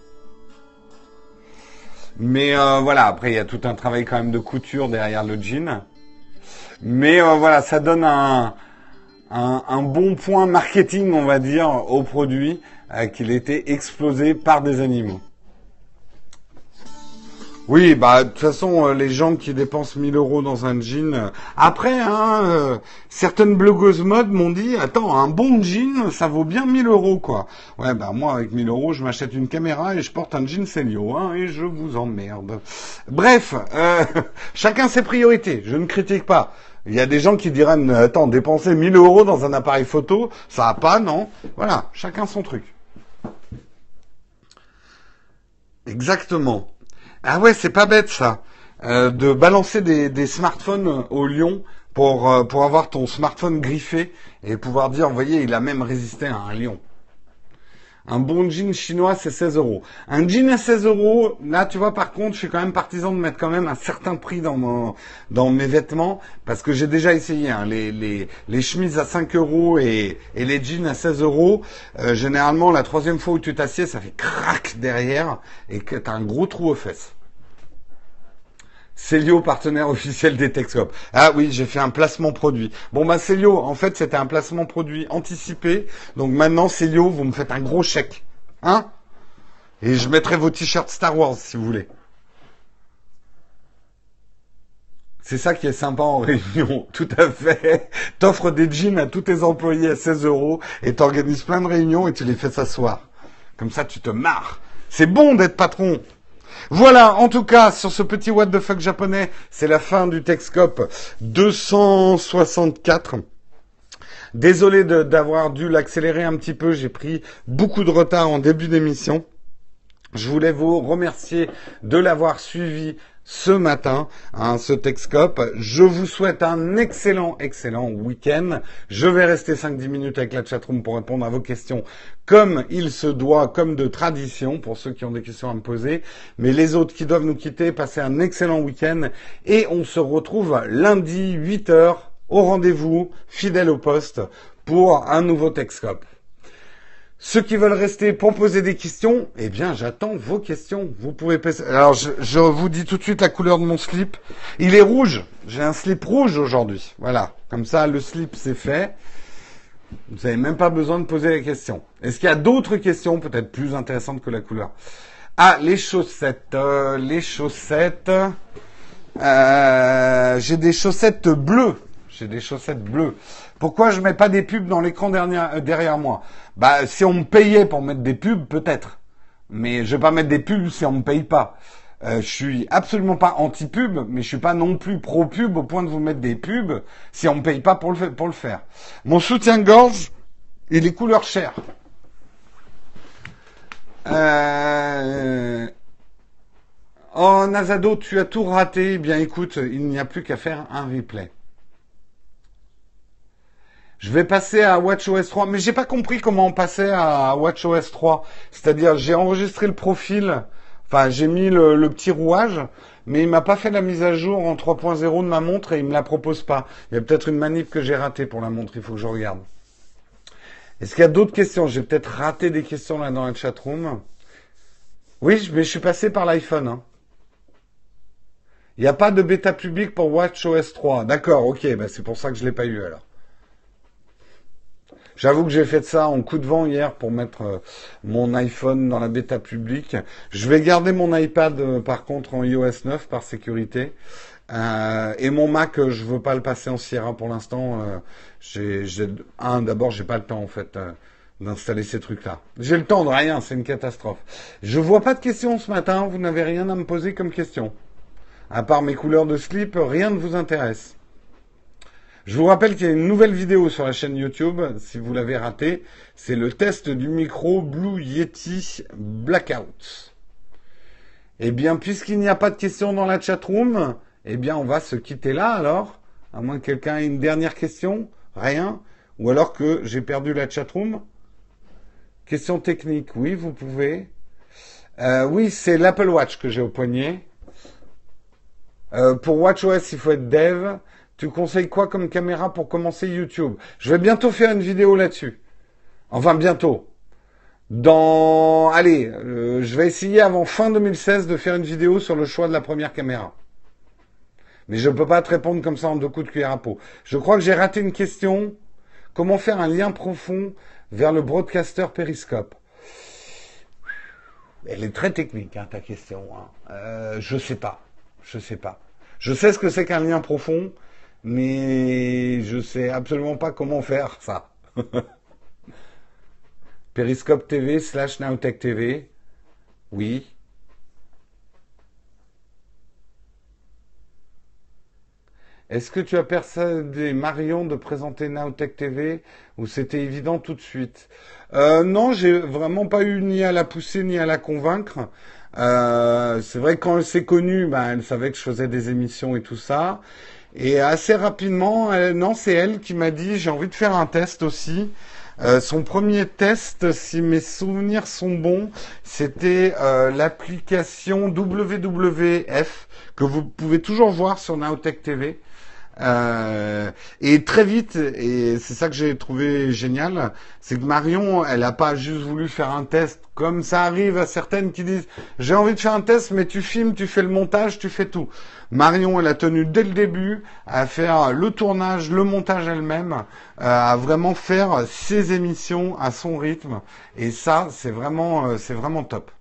Mais voilà, après il y a tout un travail quand même de couture derrière le jean. Mais voilà, ça donne un bon point marketing, on va dire, au produit qu'il a été explosé par des animaux. Oui, bah de toute façon, les gens qui dépensent 1 000 € dans un jean. Après, hein, certaines blogueuses mode m'ont dit, attends, un bon jean, ça vaut bien 1 000 € quoi. Ouais, bah moi avec 1 000 €, je m'achète une caméra et je porte un jean Célio, hein, et je vous emmerde. Bref, chacun ses priorités. Je ne critique pas. Il y a des gens qui diraient, attends, dépenser 1 000 € dans un appareil photo, ça va pas, non. Voilà, chacun son truc. Exactement. Ah ouais, c'est pas bête ça. De balancer des smartphones au lion pour avoir ton smartphone griffé et pouvoir dire, vous voyez, il a même résisté à un lion. Un bon jean chinois, c'est 16 €. Un jean à 16 €, là, tu vois, par contre, je suis quand même partisan de mettre quand même un certain prix dans mes vêtements, parce que j'ai déjà essayé, hein, les chemises à 5 € et les jeans à 16 €. Généralement, la troisième fois où tu t'assieds, ça fait crac derrière et que t'as un gros trou aux fesses. Célio, partenaire officiel des Texcopes. Ah oui, j'ai fait un placement produit. Bon bah Célio, en fait c'était un placement produit anticipé. Donc maintenant Célio, vous me faites un gros chèque. Hein? Et je mettrai vos t-shirts Star Wars si vous voulez. C'est ça qui est sympa en réunion, tout à fait. T'offres des jeans à tous tes employés à 16 € et t'organises plein de réunions et tu les fais s'asseoir. Comme ça tu te marres. C'est bon d'être patron. Voilà, en tout cas, sur ce petit what the fuck japonais, c'est la fin du Texcope 264. Désolé d'avoir dû l'accélérer un petit peu, j'ai pris beaucoup de retard en début d'émission. Je voulais vous remercier de l'avoir suivi ce matin, hein, ce Texcope. Je vous souhaite un excellent week-end. Je vais rester 5-10 minutes avec la chatroom pour répondre à vos questions comme il se doit, comme de tradition, pour ceux qui ont des questions à me poser. Mais les autres qui doivent nous quitter, passez un excellent week-end. Et on se retrouve lundi 8h au rendez-vous, fidèle au poste, pour un nouveau Texcope. Ceux qui veulent rester pour poser des questions, eh bien, j'attends vos questions. Vous pouvez passer. Alors, je vous dis tout de suite la couleur de mon slip. Il est rouge. J'ai un slip rouge aujourd'hui. Voilà. Comme ça, le slip, c'est fait. Vous n'avez même pas besoin de poser les questions. Est-ce qu'il y a d'autres questions, peut-être plus intéressantes que la couleur? Ah, les chaussettes. J'ai des chaussettes bleues. J'ai des chaussettes bleues. Pourquoi je mets pas des pubs dans l'écran derrière moi? Bah, si on me payait pour mettre des pubs, peut-être. Mais je vais pas mettre des pubs si on me paye pas. Je suis absolument pas anti-pub, mais je suis pas non plus pro-pub au point de vous mettre des pubs si on me paye pas pour le faire. Mon soutien-gorge, il est couleur chair. Oh, Nazado, tu as tout raté. Eh bien, écoute, il n'y a plus qu'à faire un replay. Je vais passer à WatchOS 3, mais j'ai pas compris comment on passait à WatchOS 3. C'est-à-dire, j'ai enregistré le profil, enfin, j'ai mis le petit rouage, mais il m'a pas fait la mise à jour en 3.0 de ma montre et il me la propose pas. Il y a peut-être une manip que j'ai ratée pour la montre, il faut que je regarde. Est-ce qu'il y a d'autres questions? J'ai peut-être raté des questions là dans la chatroom. Oui, mais je suis passé par l'iPhone, hein. Il n'y a pas de bêta public pour WatchOS 3. D'accord, ok, bah c'est pour ça que je l'ai pas eu alors. J'avoue que j'ai fait ça en coup de vent hier pour mettre mon iPhone dans la bêta publique. Je vais garder mon iPad par contre en iOS 9 par sécurité. Et mon Mac, je veux pas le passer en Sierra pour l'instant. D'abord, j'ai pas le temps en fait. d'installer ces trucs-là. J'ai le temps de rien, c'est une catastrophe. Je vois pas de questions ce matin, vous n'avez rien à me poser comme question. À part mes couleurs de slip, rien ne vous intéresse. Je vous rappelle qu'il y a une nouvelle vidéo sur la chaîne YouTube, si vous l'avez raté. C'est le test du micro Blue Yeti Blackout. Eh bien, puisqu'il n'y a pas de questions dans la chatroom, eh bien, on va se quitter là alors. À moins que quelqu'un ait une dernière question. Rien. Ou alors que j'ai perdu la chatroom. Question technique. Oui, vous pouvez. Oui, c'est l'Apple Watch que j'ai au poignet. Pour WatchOS, il faut être dev. Tu conseilles quoi comme caméra pour commencer YouTube? Je vais bientôt faire une vidéo là-dessus. Enfin, bientôt. Allez, je vais essayer avant fin 2016 de faire une vidéo sur le choix de la première caméra. Mais je ne peux pas te répondre comme ça en 2 coups de cuillère à peau. Je crois que j'ai raté une question. Comment faire un lien profond vers le broadcaster Periscope? Elle est très technique, hein, ta question. Hein. Je sais pas. Je sais pas. Je sais ce que c'est qu'un lien profond, mais je sais absolument pas comment faire ça. Periscope TV / Nowtech TV. Oui. Est-ce que tu as persuadé Marion de présenter Nowtech TV ou c'était évident tout de suite? Non, j'ai vraiment pas eu ni à la pousser ni à la convaincre. C'est vrai que quand elle s'est connue, ben, elle savait que je faisais des émissions et tout ça. Et assez rapidement, non, c'est elle qui m'a dit j'ai envie de faire un test aussi. Son premier test, si mes souvenirs sont bons, c'était l'application WWF que vous pouvez toujours voir sur Nowtech TV. Et très vite, et c'est ça que j'ai trouvé génial, c'est que Marion, elle a pas juste voulu faire un test, comme ça arrive à certaines qui disent j'ai envie de faire un test, mais tu filmes, tu fais le montage, tu fais tout. Marion, elle a tenu dès le début à faire le tournage, le montage elle-même, à vraiment faire ses émissions à son rythme, et ça, c'est vraiment top.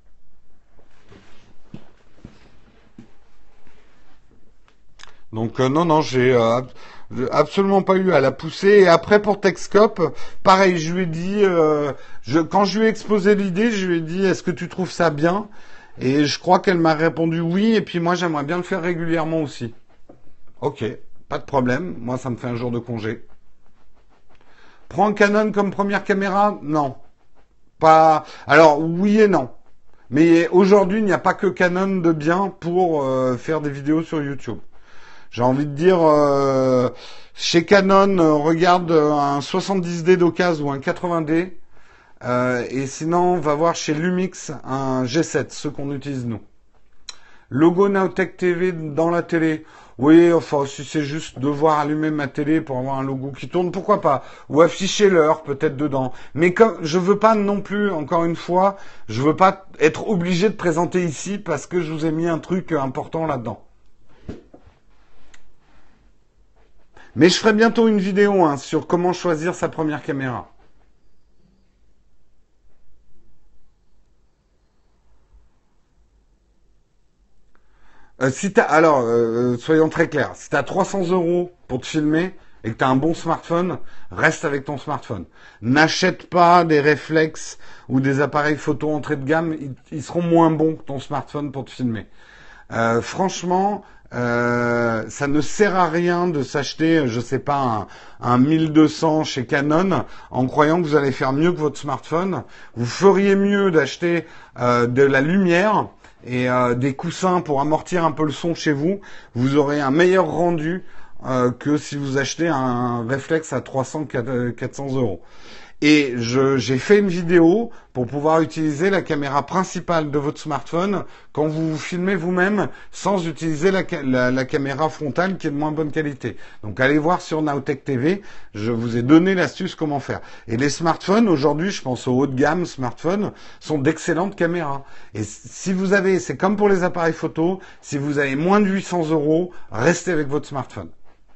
Donc non, j'ai absolument pas eu à la pousser. Et après pour Techscope, pareil, je lui ai dit, quand je lui ai exposé l'idée, je lui ai dit, est-ce que tu trouves ça bien? Et je crois qu'elle m'a répondu oui. Et puis moi, j'aimerais bien le faire régulièrement aussi. Ok, pas de problème. Moi, ça me fait un jour de congé. Prends Canon comme première caméra? Non, pas. Alors oui et non. Mais aujourd'hui, il n'y a pas que Canon de bien pour faire des vidéos sur YouTube. J'ai envie de dire, chez Canon, regarde un 70D d'occasion ou un 80D. Et sinon, on va voir chez Lumix un G7, ceux qu'on utilise nous. Logo Nowtech TV dans la télé. Oui, enfin, si c'est juste devoir allumer ma télé pour avoir un logo qui tourne, pourquoi pas? Ou afficher l'heure, peut-être dedans. Mais comme je veux pas non plus, encore une fois, je veux pas être obligé de présenter ici parce que je vous ai mis un truc important là-dedans. Mais je ferai bientôt une vidéo hein, sur comment choisir sa première caméra. Soyons très clairs. Si tu as 300 € pour te filmer et que tu as un bon smartphone, reste avec ton smartphone. N'achète pas des réflexes ou des appareils photo entrée de gamme. Ils seront moins bons que ton smartphone pour te filmer. Franchement, ça ne sert à rien de s'acheter, je sais pas, un 1200 chez Canon en croyant que vous allez faire mieux que votre smartphone. Vous feriez mieux d'acheter de la lumière et des coussins pour amortir un peu le son chez vous. Vous aurez un meilleur rendu que si vous achetez un réflexe à 300-400 €. Et j'ai fait une vidéo pour pouvoir utiliser la caméra principale de votre smartphone quand vous vous filmez vous-même sans utiliser la caméra frontale qui est de moins bonne qualité. Donc allez voir sur Nowtech TV, je vous ai donné l'astuce comment faire. Et les smartphones, aujourd'hui, je pense aux haut de gamme smartphones, sont d'excellentes caméras. Et si vous avez, c'est comme pour les appareils photo, si vous avez moins de 800 €, restez avec votre smartphone.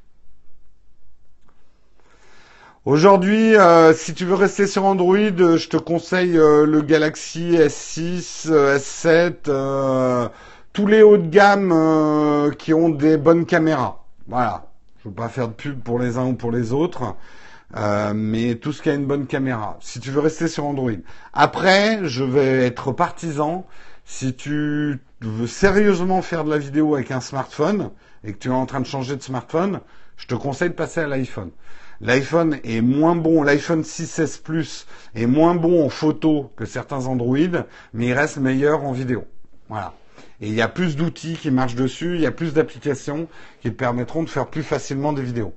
Aujourd'hui, si tu veux rester sur Android, je te conseille le Galaxy S6, S7, tous les hauts de gamme qui ont des bonnes caméras. Voilà. Je veux pas faire de pub pour les uns ou pour les autres. mais tout ce qui a une bonne caméra. Si tu veux rester sur Android. Après, je vais être partisan. Si tu veux sérieusement faire de la vidéo avec un smartphone et que tu es en train de changer de smartphone, je te conseille de passer à l'iPhone. L'iPhone est moins bon, l'iPhone 6S Plus est moins bon en photo que certains Android, mais il reste meilleur en vidéo. Voilà. Et il y a plus d'outils qui marchent dessus, il y a plus d'applications qui te permettront de faire plus facilement des vidéos.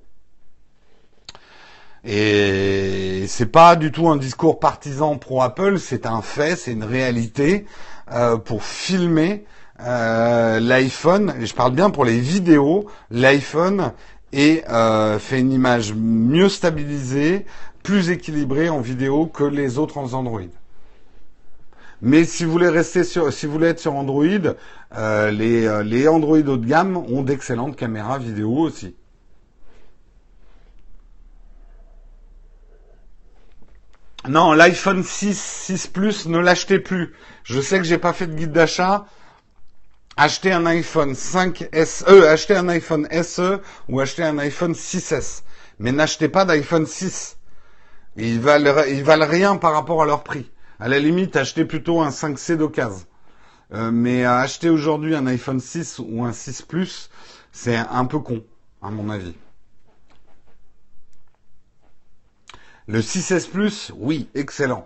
Et c'est pas du tout un discours partisan pro Apple, c'est un fait, c'est une réalité. Pour filmer l'iPhone, et je parle bien pour les vidéos, l'iPhone fait une image mieux stabilisée, plus équilibrée en vidéo que les autres en Android. Mais si vous voulez si vous voulez être sur Android, les Android haut de gamme ont d'excellentes caméras vidéo aussi. Non, l'iPhone 6 Plus, ne l'achetez plus. Je sais que j'ai pas fait de guide d'achat. Achetez un iPhone 5 SE, achetez un iPhone SE ou achetez un iPhone 6S. Mais n'achetez pas d'iPhone 6. Ils valent rien par rapport à leur prix. À la limite, achetez plutôt un 5C d'occasion. Mais acheter aujourd'hui un iPhone 6 ou un 6 Plus, c'est un peu con, à mon avis. Le 6S Plus, oui, excellent.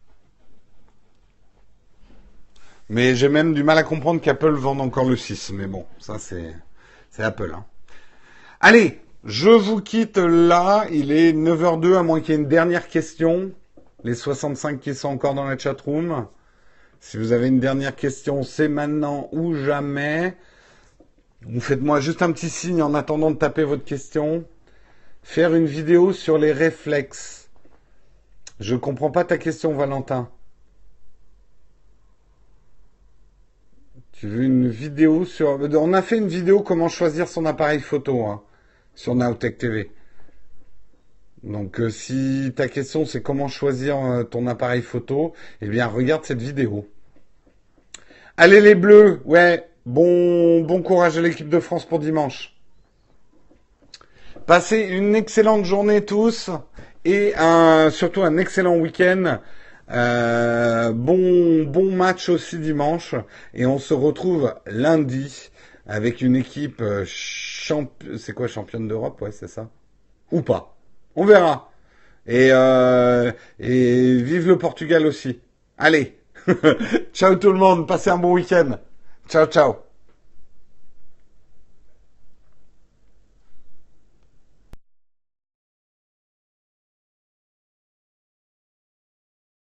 Mais j'ai même du mal à comprendre qu'Apple vende encore le 6. Mais bon, ça c'est Apple. Hein. Allez, je vous quitte là. Il est 9h02, à moins qu'il y ait une dernière question. Les 65 qui sont encore dans la chatroom. Si vous avez une dernière question, c'est maintenant ou jamais. Vous faites-moi juste un petit signe en attendant de taper votre question. Faire une vidéo sur les réflexes. Je comprends pas ta question, Valentin. Tu veux une vidéo sur... On a fait une vidéo comment choisir son appareil photo hein, sur Nowtech TV. Donc si ta question c'est comment choisir ton appareil photo, eh bien regarde cette vidéo. Allez les Bleus, ouais, bon courage à l'équipe de France pour dimanche. Passez une excellente journée tous et surtout un excellent week-end. Bon match aussi dimanche et on se retrouve lundi avec une équipe c'est quoi, championne d'Europe, ouais c'est ça, ou pas, on verra. Et vive le Portugal aussi. Allez, ciao tout le monde, passez un bon week-end. Ciao ciao.